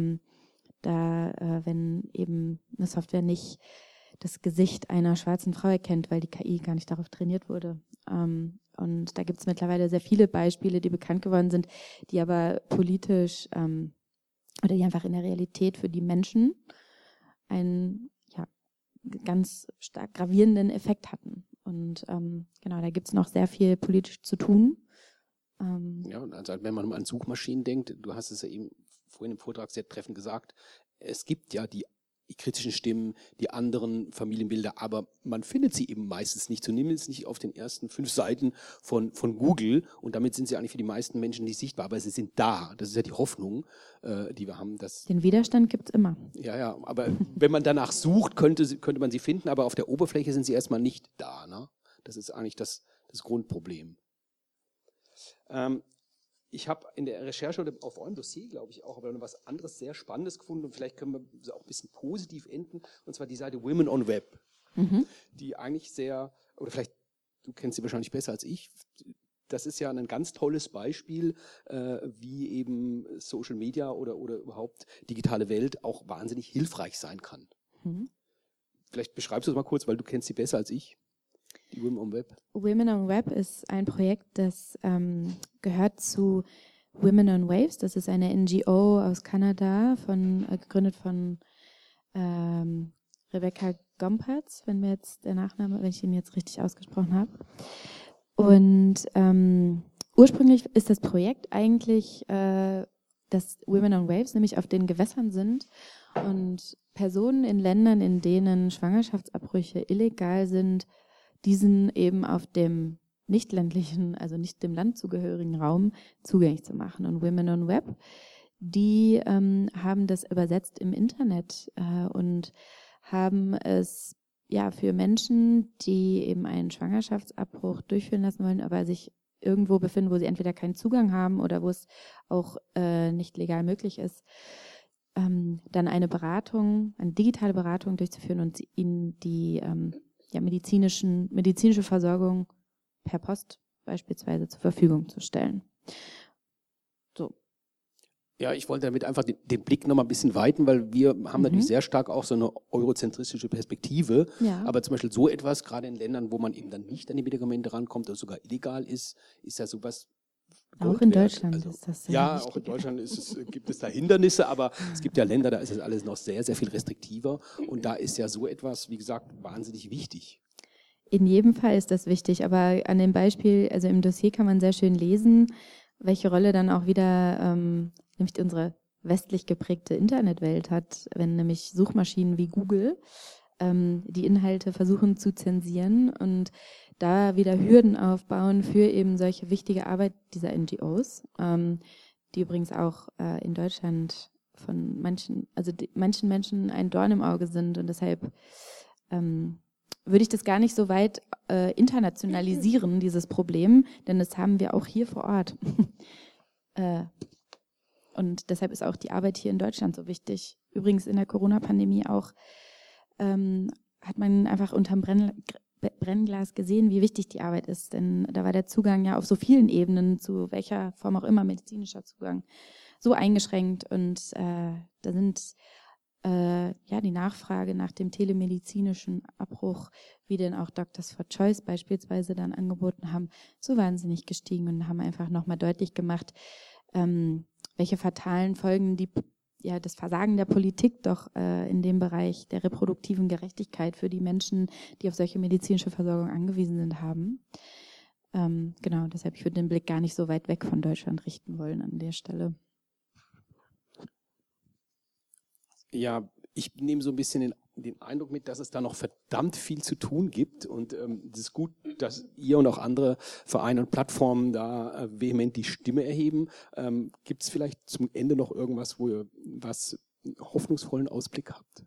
Wenn eben eine Software nicht das Gesicht einer schwarzen Frau erkennt, weil die KI gar nicht darauf trainiert wurde. Und da gibt es mittlerweile sehr viele Beispiele, die bekannt geworden sind, die aber politisch oder die einfach in der Realität für die Menschen einen ganz stark gravierenden Effekt hatten. Und genau, da gibt es noch sehr viel politisch zu tun. Ja, also wenn man an Suchmaschinen denkt, du hast es ja eben vorhin im Vortrag sehr treffend gesagt, es gibt ja die kritischen Stimmen, die anderen Familienbilder, aber man findet sie eben meistens nicht, zumindest nicht auf den ersten 5 Seiten von Google, und damit sind sie eigentlich für die meisten Menschen nicht sichtbar, aber sie sind da. Das ist ja die Hoffnung, die wir haben. Den Widerstand gibt es immer. Ja, aber wenn man danach sucht, könnte man sie finden, aber auf der Oberfläche sind sie erstmal nicht da. Ne? Das ist eigentlich das Grundproblem. Ich habe in der Recherche oder auf eurem Dossier, glaube ich, auch aber noch was anderes sehr Spannendes gefunden, und vielleicht können wir so auch ein bisschen positiv enden, und zwar die Seite Women on Web, die eigentlich oder vielleicht, du kennst sie wahrscheinlich besser als ich, das ist ja ein ganz tolles Beispiel, wie eben Social Media oder überhaupt digitale Welt auch wahnsinnig hilfreich sein kann. Vielleicht beschreibst du es mal kurz, weil du kennst sie besser als ich. Die Women on Web. Women on Web ist ein Projekt, das gehört zu Women on Waves. Das ist eine NGO aus Kanada, gegründet von Rebecca Gompertz, wenn ich ihn jetzt richtig ausgesprochen habe. Und ursprünglich ist das Projekt eigentlich, dass Women on Waves nämlich auf den Gewässern sind und Personen in Ländern, in denen Schwangerschaftsabbrüche illegal sind, diesen eben auf dem nicht ländlichen, also nicht dem Land zugehörigen Raum zugänglich zu machen. Und Women on Web, die haben das übersetzt im Internet und haben es für Menschen, die eben einen Schwangerschaftsabbruch durchführen lassen wollen, aber sich irgendwo befinden, wo sie entweder keinen Zugang haben oder wo es auch nicht legal möglich ist, dann eine digitale Beratung durchzuführen und ihnen die medizinische Versorgung per Post beispielsweise zur Verfügung zu stellen. So. Ja, ich wollte damit einfach den Blick noch mal ein bisschen weiten, weil wir haben natürlich sehr stark auch so eine eurozentristische Perspektive. Ja. Aber zum Beispiel so etwas, gerade in Ländern, wo man eben dann nicht an die Medikamente rankommt oder sogar illegal ist ja sowas Auch in Deutschland ist das sehr ja, wichtig. auch in Deutschland gibt es da Hindernisse, aber es gibt ja Länder, da ist das alles noch sehr, sehr viel restriktiver. Und da ist ja so etwas, wie gesagt, wahnsinnig wichtig. In jedem Fall ist das wichtig, aber an dem Beispiel, also im Dossier kann man sehr schön lesen, welche Rolle dann auch wieder nämlich unsere westlich geprägte Internetwelt hat, wenn nämlich Suchmaschinen wie Google die Inhalte versuchen zu zensieren und da wieder Hürden aufbauen für eben solche wichtige Arbeit dieser NGOs, die übrigens auch in Deutschland von manchen Menschen ein Dorn im Auge sind, und deshalb würde ich das gar nicht so weit internationalisieren, dieses Problem, denn das haben wir auch hier vor Ort. Und deshalb ist auch die Arbeit hier in Deutschland so wichtig. Übrigens in der Corona-Pandemie auch hat man einfach unterm Brennglas gesehen, wie wichtig die Arbeit ist, denn da war der Zugang ja auf so vielen Ebenen, zu welcher Form auch immer medizinischer Zugang, so eingeschränkt, und da sind die Nachfrage nach dem telemedizinischen Abbruch, wie denn auch Doctors for Choice beispielsweise dann angeboten haben, so wahnsinnig gestiegen und haben einfach nochmal deutlich gemacht, welche fatalen Folgen die das Versagen der Politik doch in dem Bereich der reproduktiven Gerechtigkeit für die Menschen, die auf solche medizinische Versorgung angewiesen sind, haben. Genau, deshalb, ich würde den Blick gar nicht so weit weg von Deutschland richten wollen an der Stelle. Ja, ich nehme so ein bisschen den Eindruck mit, dass es da noch verdammt viel zu tun gibt und es ist gut, dass ihr und auch andere Vereine und Plattformen da vehement die Stimme erheben. Gibt es vielleicht zum Ende noch irgendwas, wo ihr was hoffnungsvollen Ausblick habt?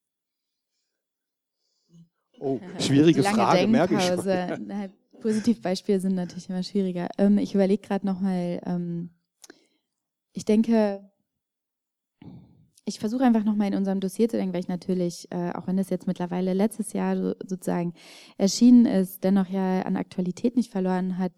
Oh, schwierige Frage, merke ich schon. Positivbeispiele sind natürlich immer schwieriger. Ich überlege gerade nochmal, ich denke, ich versuche einfach nochmal in unserem Dossier zu denken, weil ich natürlich, auch wenn das jetzt mittlerweile letztes Jahr sozusagen erschienen ist, dennoch ja an Aktualität nicht verloren hat,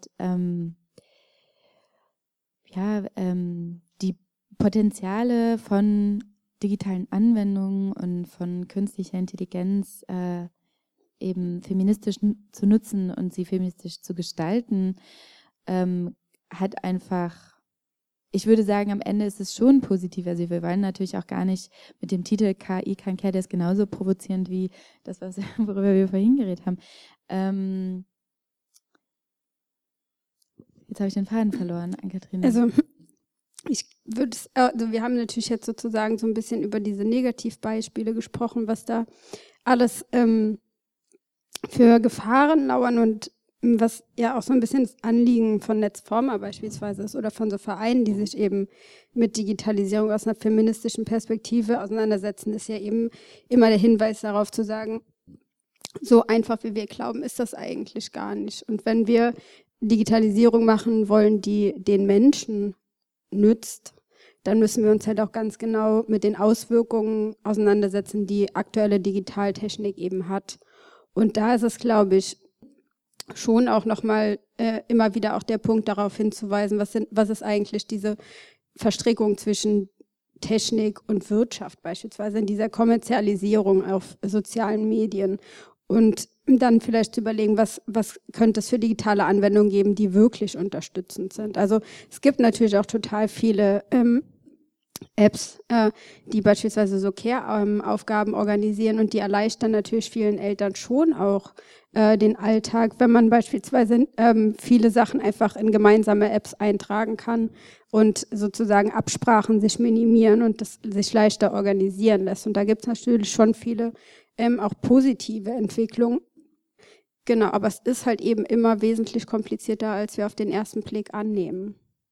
die Potenziale von digitalen Anwendungen und von künstlicher Intelligenz eben feministisch zu nutzen und sie feministisch zu gestalten, hat einfach, ich würde sagen, am Ende ist es schon positiv. Also wir wollen natürlich auch gar nicht mit dem Titel KI kann Care, der ist genauso provozierend wie das, worüber wir vorhin geredet haben. Jetzt habe ich den Faden verloren, Ann-Kathrin. Also wir haben natürlich jetzt sozusagen so ein bisschen über diese Negativbeispiele gesprochen, was da alles für Gefahren lauern und was ja auch so ein bisschen das Anliegen von Netzforma beispielsweise ist oder von so Vereinen, die sich eben mit Digitalisierung aus einer feministischen Perspektive auseinandersetzen, ist ja eben immer der Hinweis darauf zu sagen, so einfach wie wir glauben, ist das eigentlich gar nicht. Und wenn wir Digitalisierung machen wollen, die den Menschen nützt, dann müssen wir uns halt auch ganz genau mit den Auswirkungen auseinandersetzen, die aktuelle Digitaltechnik eben hat. Und da ist es, glaube ich, schon auch nochmal immer wieder auch der Punkt darauf hinzuweisen, was ist eigentlich diese Verstrickung zwischen Technik und Wirtschaft beispielsweise in dieser Kommerzialisierung auf sozialen Medien und dann vielleicht zu überlegen, was könnte es für digitale Anwendungen geben, die wirklich unterstützend sind. Also es gibt natürlich auch total viele Apps, die beispielsweise so Care-Aufgaben organisieren und die erleichtern natürlich vielen Eltern schon auch den Alltag, wenn man beispielsweise viele Sachen einfach in gemeinsame Apps eintragen kann und sozusagen Absprachen sich minimieren und das sich leichter organisieren lässt. Und da gibt es natürlich schon viele auch positive Entwicklungen. Genau, aber es ist halt eben immer wesentlich komplizierter, als wir auf den ersten Blick annehmen.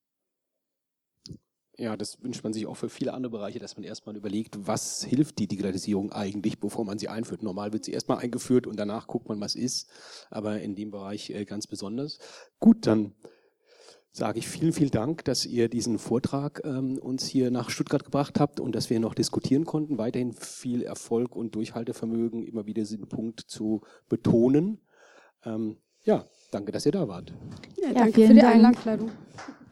Ja, das wünscht man sich auch für viele andere Bereiche, dass man erstmal überlegt, was hilft die Digitalisierung eigentlich, bevor man sie einführt. Normal wird sie erstmal eingeführt und danach guckt man, was ist, aber in dem Bereich ganz besonders. Gut, dann sage ich vielen, vielen Dank, dass ihr diesen Vortrag uns hier nach Stuttgart gebracht habt und dass wir noch diskutieren konnten. Weiterhin viel Erfolg und Durchhaltevermögen, immer wieder diesen Punkt zu betonen. Ja, danke, dass ihr da wart. Ja, danke für die Einladung.